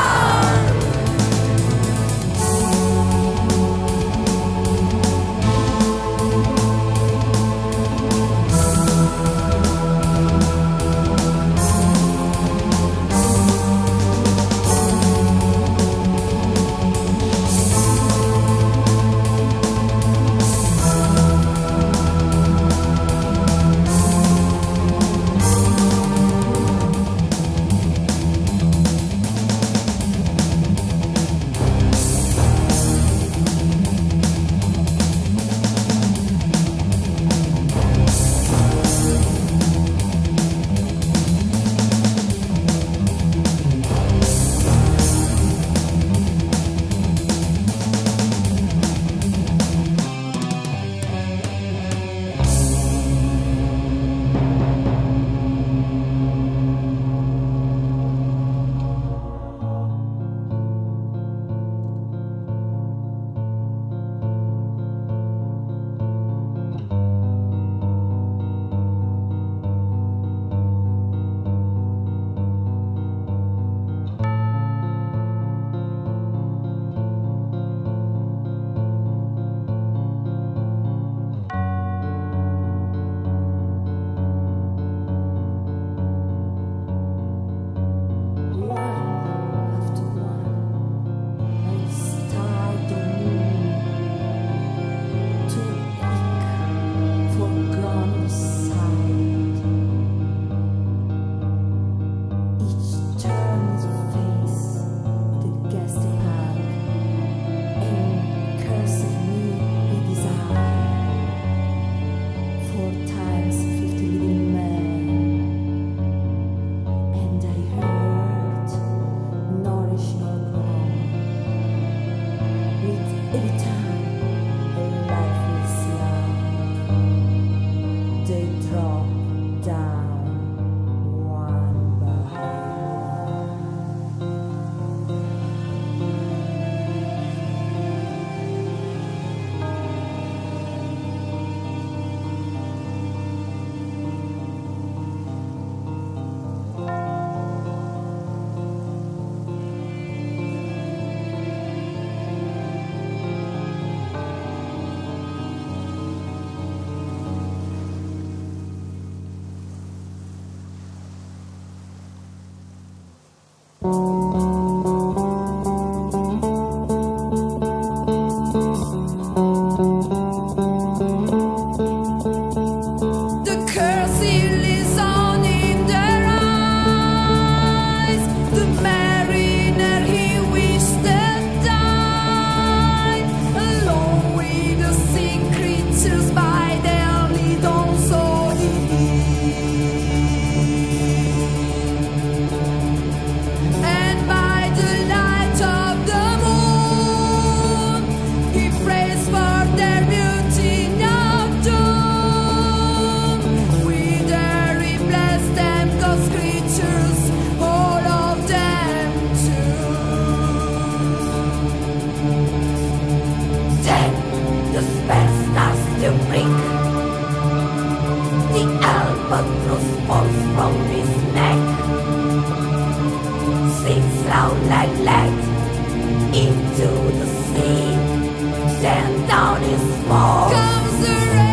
down in smoke. Comes the rain.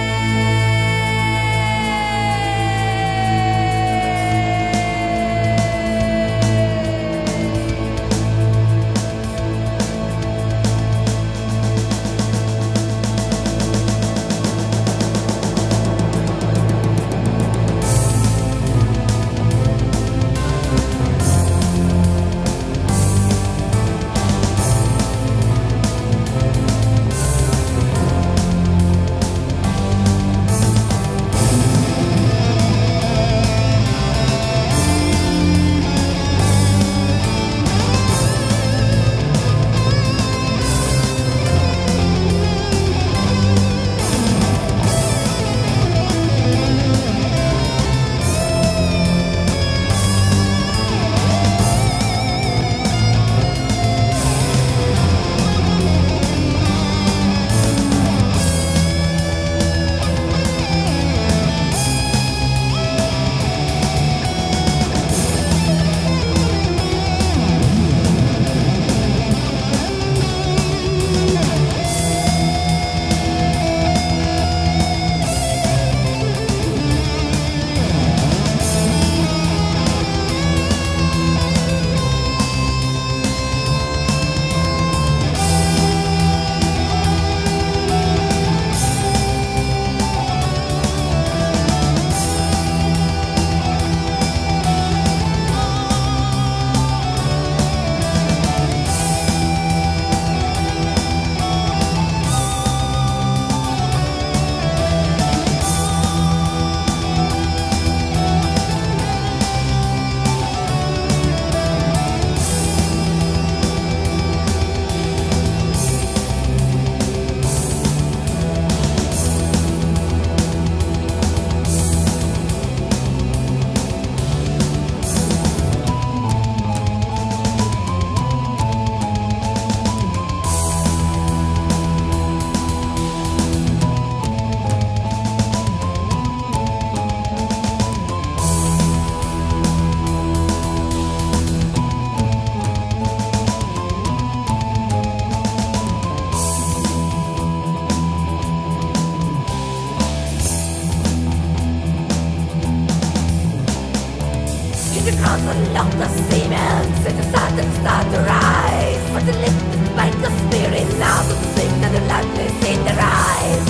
Unlock the semen, set aside and start to rise. For the lifted by the spirit, now the sick and the lifeless in their eyes.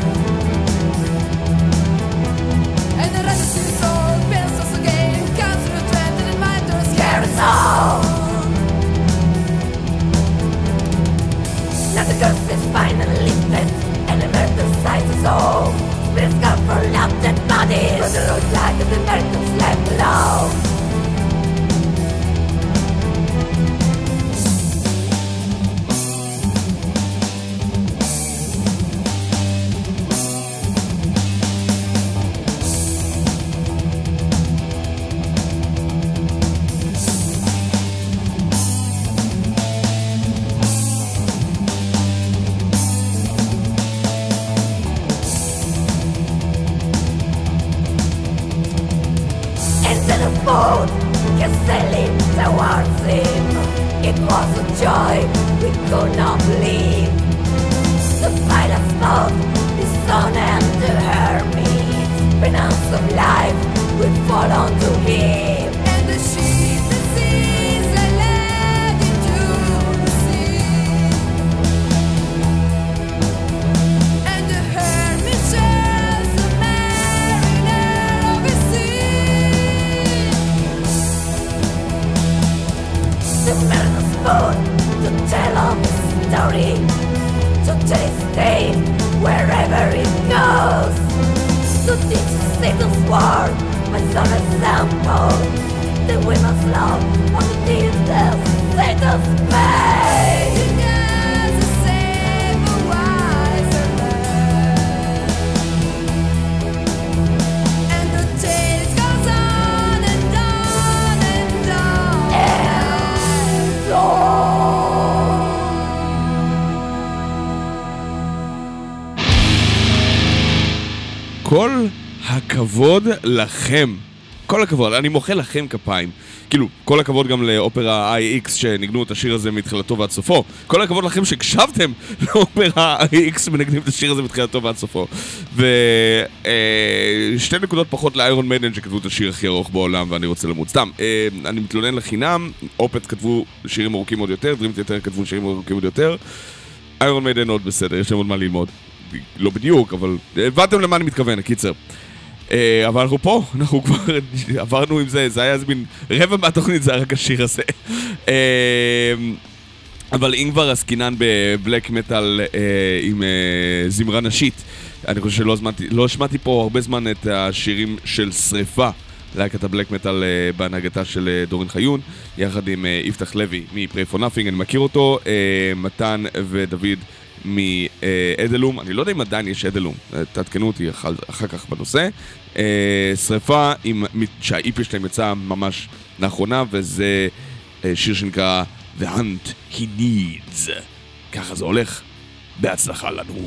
And the restless soul builds us again, comes through dread and mind to scare us all. Now the curse is finally lifted, and the murder size is all. Spirits come for love dead bodies, but the road light of the murder's left below. Sailing towards him, it was a joy we could not believe. The fight of smoke, the sun and the hermit, renounce of life would fall onto him. And the ship, the seas, I led into the sea. And the hermit shares the mariner of his sea. The man of spoon to tell of his story, to taste pain wherever it goes, to teach Satan's war, my son example, that we must love what it is that Satan's pain. Yes, the same a wiser man. And the tale goes on and on and on. And on. כל הכבוד לכם. כל הכבוד, אני מוחא לכם כפיים. כאילו, כל הכבוד גם לאופרה איי אקס שניגנו את השיר הזה מתחילתו ועד סופו. כל הכבוד לכם שהקשבתם לאופרה איי אקס ומנגנים את השיר הזה מתחילתו ועד סופו. ושתי נקודות פחות לאיירון מיידן שכתבו את השיר הכי ארוך בעולם ואני רוצה למות. סתם, אני מתלונן לחינם, אופת כתבו שירים ארוכים עוד יותר, דרימט יותר כתבו שירים ארוכים עוד יותר. איירון מיידן עוד בסדר, יש להם עוד מה ללמוד. לא בדיוק, אבל הבנתם למה אני מתכוון, הקיצר. אבל אנחנו פה, אנחנו כבר עברנו עם זה, זה היה איזה מין רבע מהתוכנית, זה היה רק השיר הזה. אבל אם כבר עסקינן בבלק מטל עם זמרה נשית, אני חושב שלא שמעתי, לא שמעתי פה הרבה זמן את השירים של שריפה, להקת הבלק מטל בהנהגתה של דורין חיון, יחד עם יפתח לוי מ-Pray for Nothing, אני מכיר אותו, מתן ודוד מאדלום, אני לא יודע אם עדיין יש אדלום, תעדכנו אותי אחר כך בנושא. שריפה שהאי פי שלהם יצא ממש לאחרונה, וזה שיר שנקרא The Hunt He Needs. ככה זה הולך, בהצלחה לנו.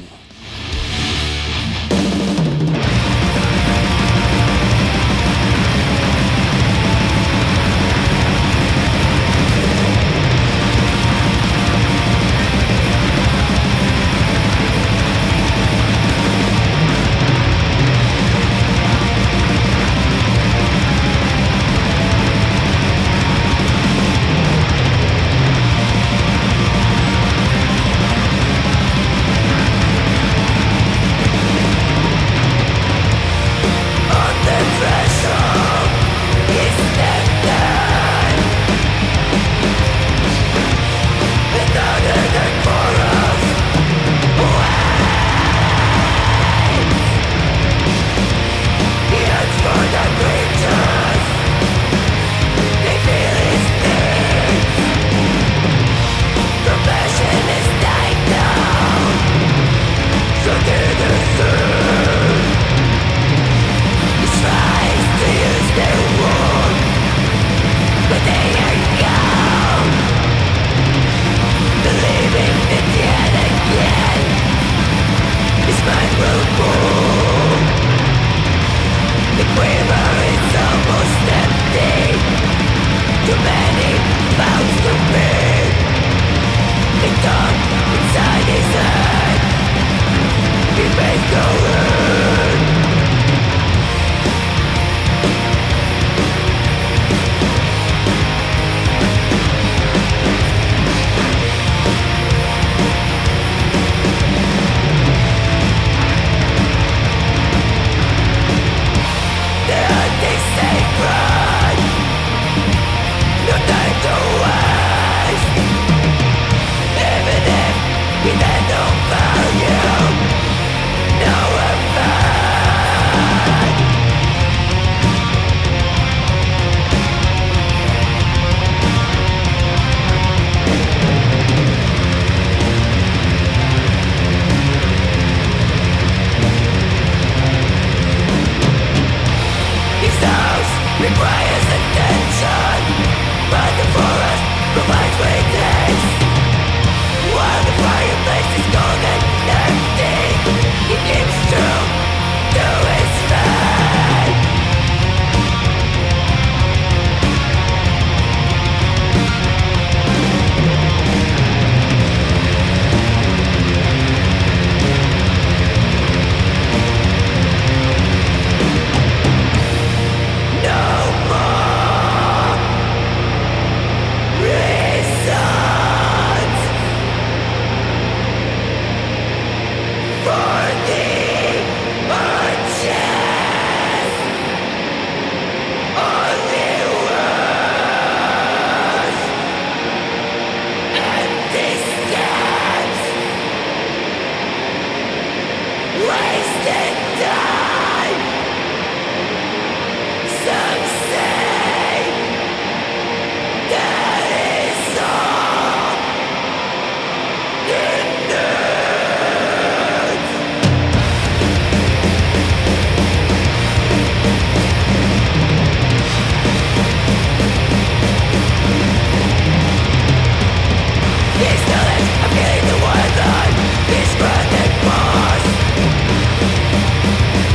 I'm feeling the world on this broken force.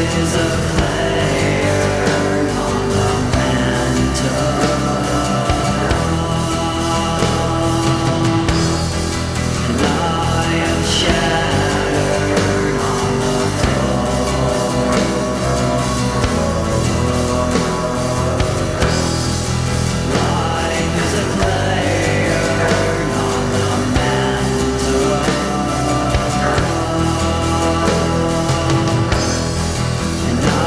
And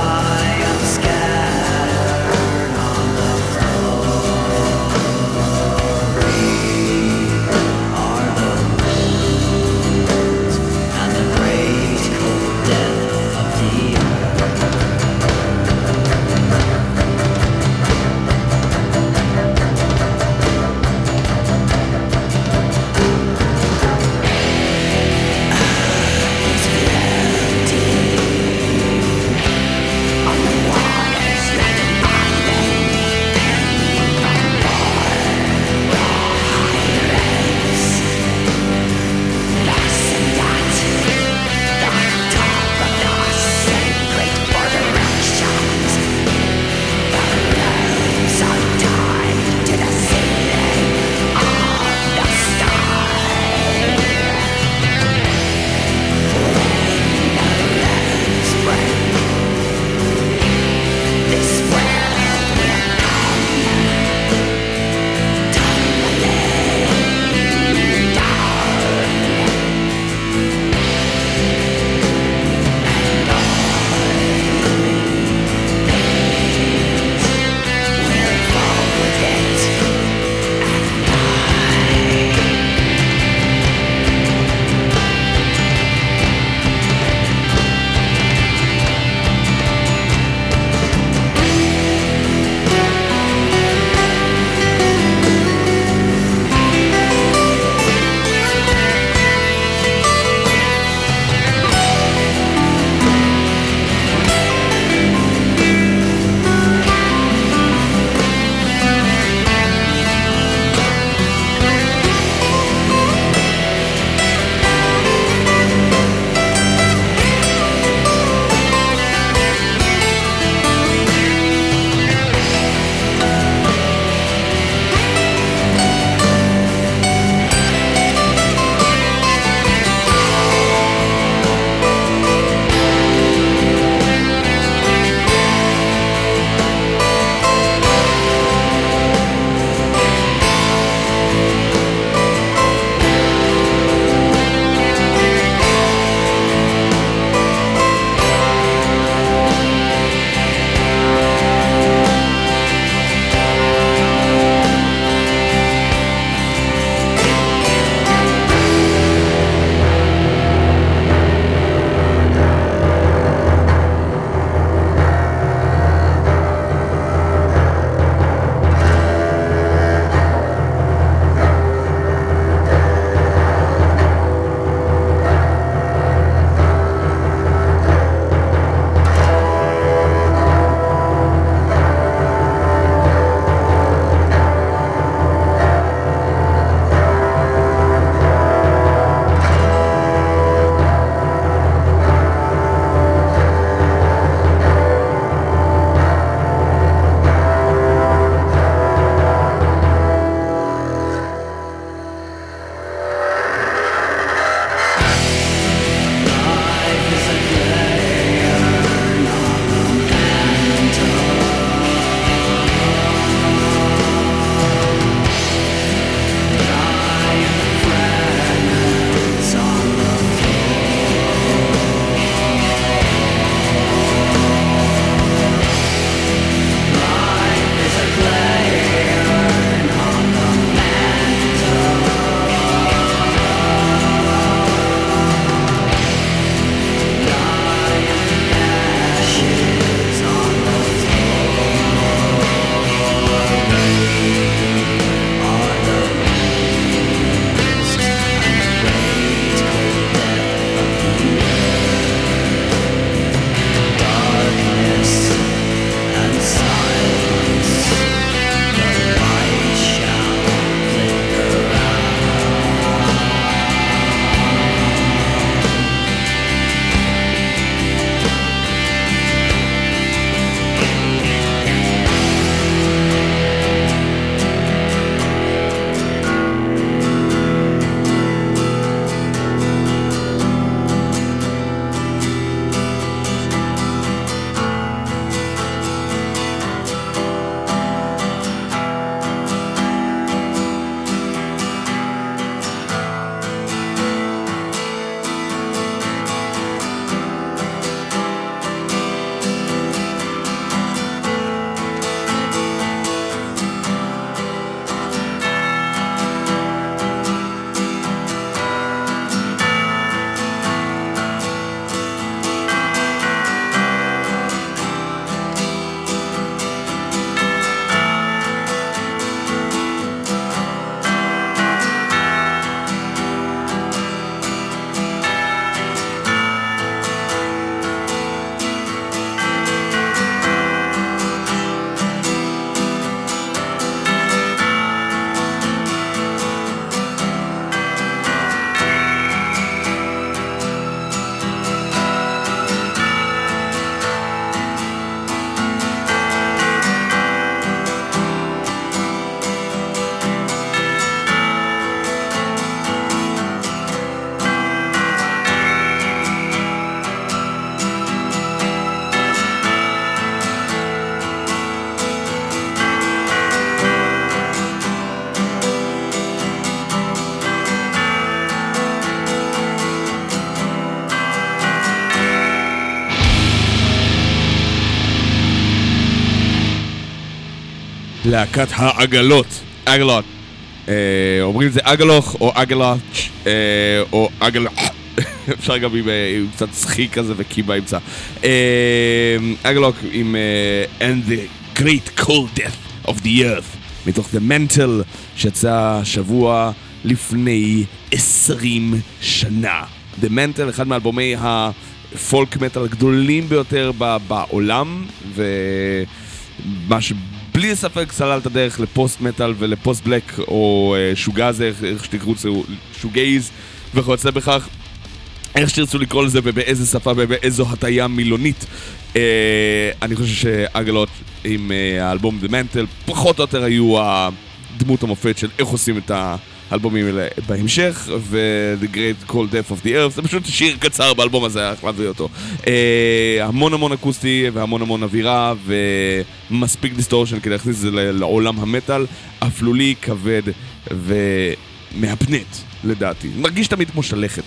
להקת העגלות. עגלות. אה, אומרים זה עגלוך או עגלה אה, או עגלה. אפשר גם עם, עם קצת צחיק כזה וקיבה באמצע. אה, עגלוק עם uh, And the Great Cold Death of the Earth מתוך The Mental שיצא שבוע לפני עשרים שנה. The Mental, אחד מאלבומי הפולק מטל הגדולים ביותר בעולם, ומה שבלי ספק סלל את הדרך לפוסט מטל ולפוסט בלק או שוגז, איך שתקראו את זה, שוגייז וכיוצא בכך, איך שתרצו לקרוא לזה ובאיזה שפה ובאיזו הטיה מילונית. אני חושב שעגלות עם האלבום The Mental פחות או יותר היו הדמות המופת של איך עושים את האלבומים האלה בהמשך, ו-The Great Cold Death of the Earth זה פשוט שיר קצר באלבום הזה, היה יכול להביא אותו. המון המון אקוסטי והמון המון אווירה ומספיק דיסטורשן כדי להכניס את זה לעולם המטל, אפלולי, כבד ומהפנט לדעתי. מרגיש תמיד כמו שלכת.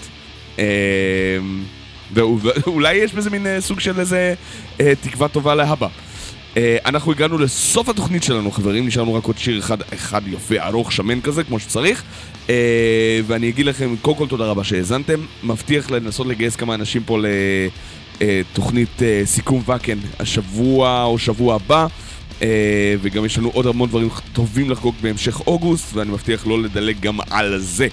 ואולי יש בזה מין סוג של איזה תקווה טובה להבא. אנחנו הגענו לסוף התוכנית שלנו, חברים, נשארנו רק עוד שיר אחד, אחד יפה, ארוך, שמן כזה, כמו שצריך. ואני אגיד לכם, קודם כל תודה רבה שהאזנתם. מבטיח לנסות לגייס כמה אנשים פה לתוכנית סיכום וקן השבוע או שבוע הבא. וגם יש לנו עוד המון דברים טובים לחגוג בהמשך אוגוסט, ואני מבטיח לא לדלג גם על זה.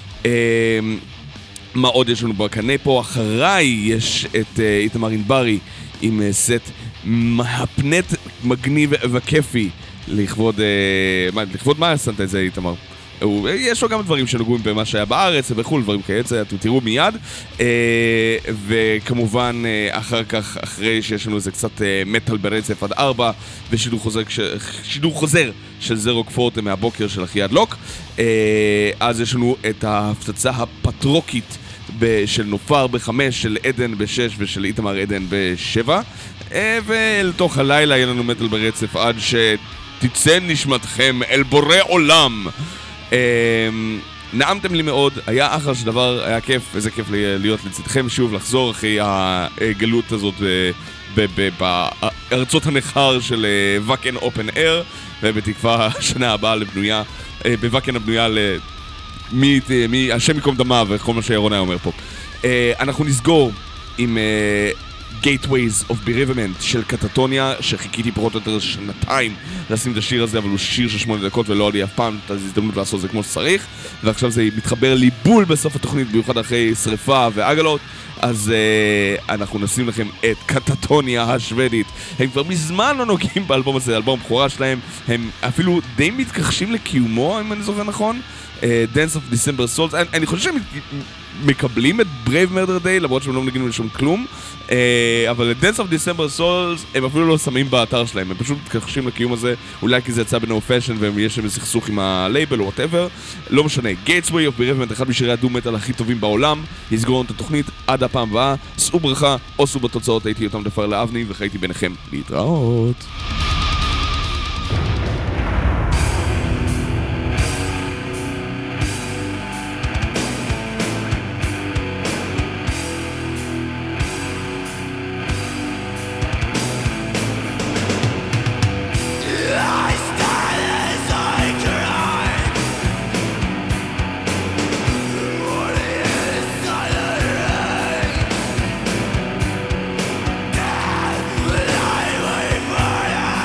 מה עוד יש לנו בקנה פה? אחריי יש את איתמר אינברי עם סט מהפנט מגניב וכיפי לכבוד... מה, לכבוד מה עשנת את זה איתמר? יש לו גם דברים שנוגעים במה שהיה בארץ ובחול, דברים כאלה, אתם תראו מיד. וכמובן אחר כך, אחרי שיש לנו איזה קצת מטל ברצף עד ארבע ושידור חוזר, שידור חוזר של זרוק פורטה מהבוקר של אחי הדלוק, אז יש לנו את ההפצצה הפטרוקית של נופר בחמש, של עדן בשש ושל איתמר עדן בשבע, ואל תוך הלילה יהיה לנו מטל ברצף עד שתצא נשמתכם אל בורא עולם. נעמתם לי מאוד, היה אחר שדבר, היה כיף, איזה כיף להיות לצדכם שוב, לחזור אחרי הגלות הזאת בארצות הנחר של וקן אופן אייר, ובתקווה השנה הבאה לבנויה, בווקן הבנויה ל... מי, מי, השם יקום דמה וכל מה שירון היה אומר פה. uh, אנחנו נסגור עם uh, Gateways of Bereavement של קטטוניה, שחיכיתי פחות או יותר שנתיים לשים את השיר הזה, אבל הוא שיר של שמונה דקות ולא עלי אף פעם את ההזדמנות לעשות זה כמו שצריך, ועכשיו זה מתחבר לי בול בסוף התוכנית, במיוחד אחרי שריפה ועגלות. אז uh, אנחנו נשים לכם את קטטוניה השוודית. הם כבר מזמן לא נוגעים באלבום הזה, אלבום בכורה שלהם, הם אפילו די מתכחשים לקיומו, אם אני זוכר נכון. uh, Dance of December Souls, אני, אני חושב שהם מקבלים את Brave Murder Day, למרות שהם לא מנגנים לשום כלום, uh, אבל את Dance of December Souls הם אפילו לא שמים באתר שלהם, הם פשוט מתכחשים לקיום הזה, אולי כי זה יצא ב-No Fashion ויש להם סכסוך עם הלייבל או whatever, לא משנה. Gateway of Bereavement, אחד משירי הדום מטל הכי טובים בעולם, יסגור את התוכנית עד הפעם הבאה, שאו ברכה או שאו בתוצאות. הייתי יותם דפאר לאבני וחייתי ביניכם להתראות. Fire!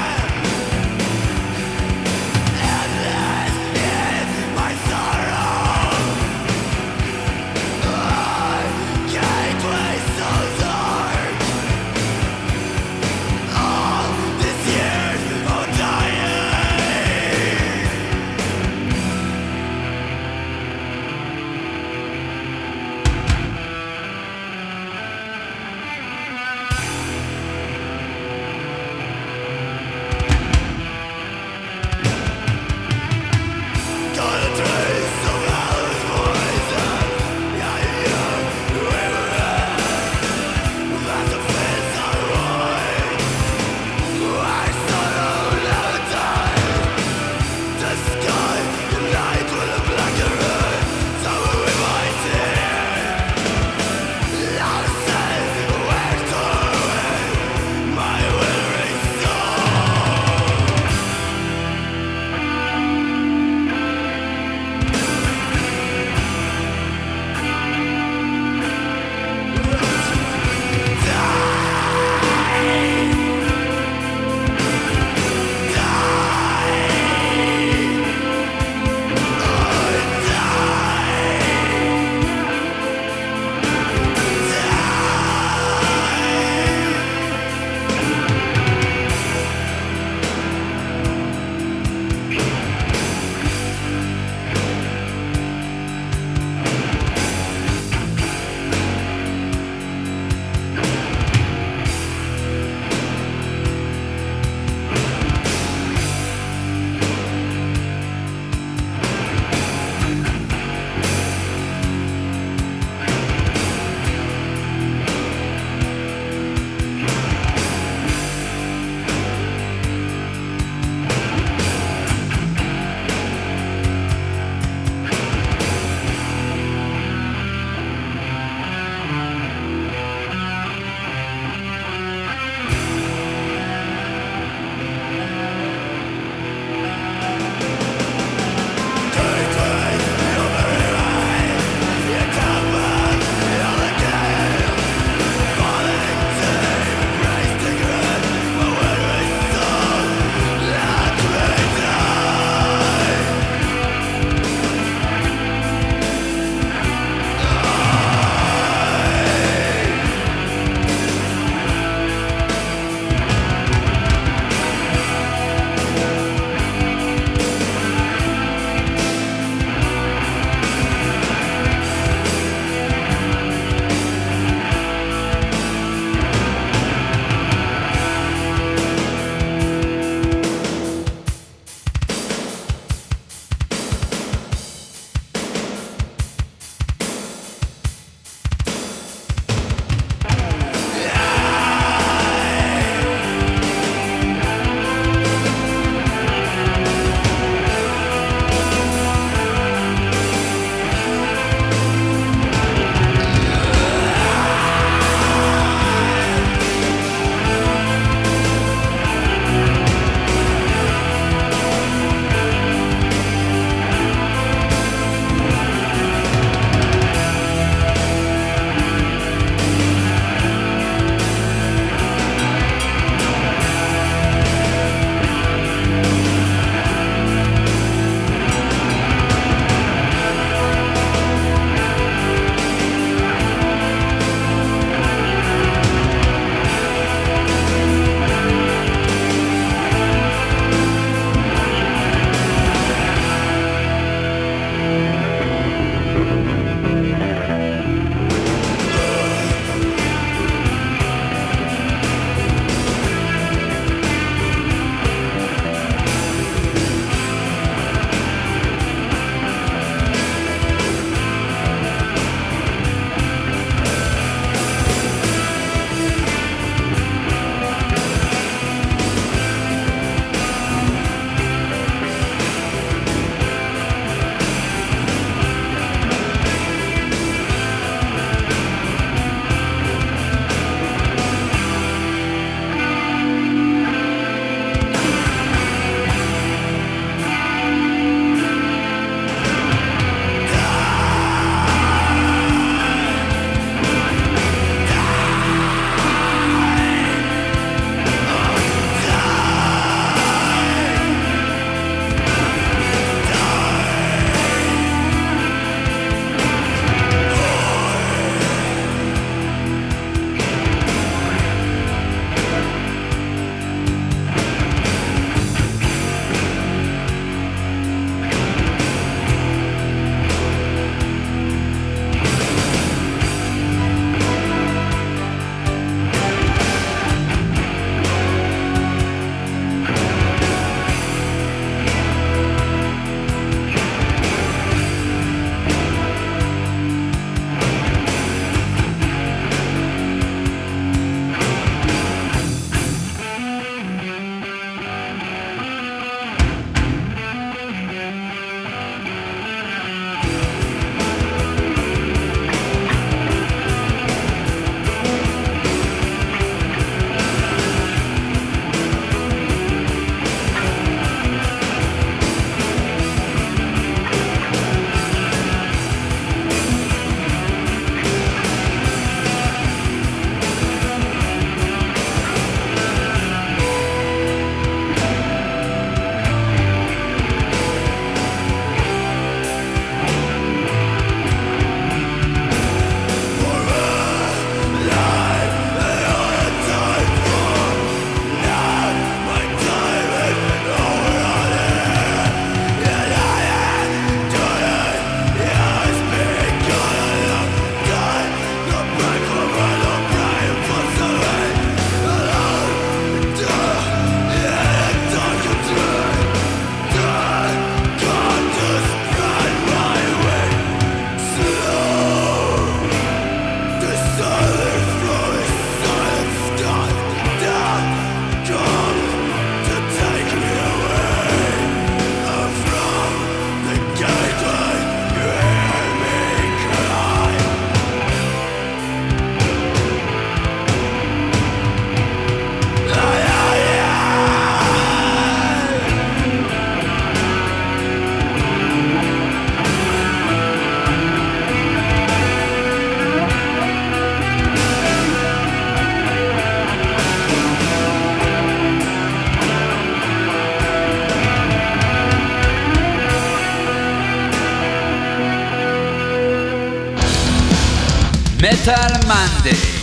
מטל מנדי.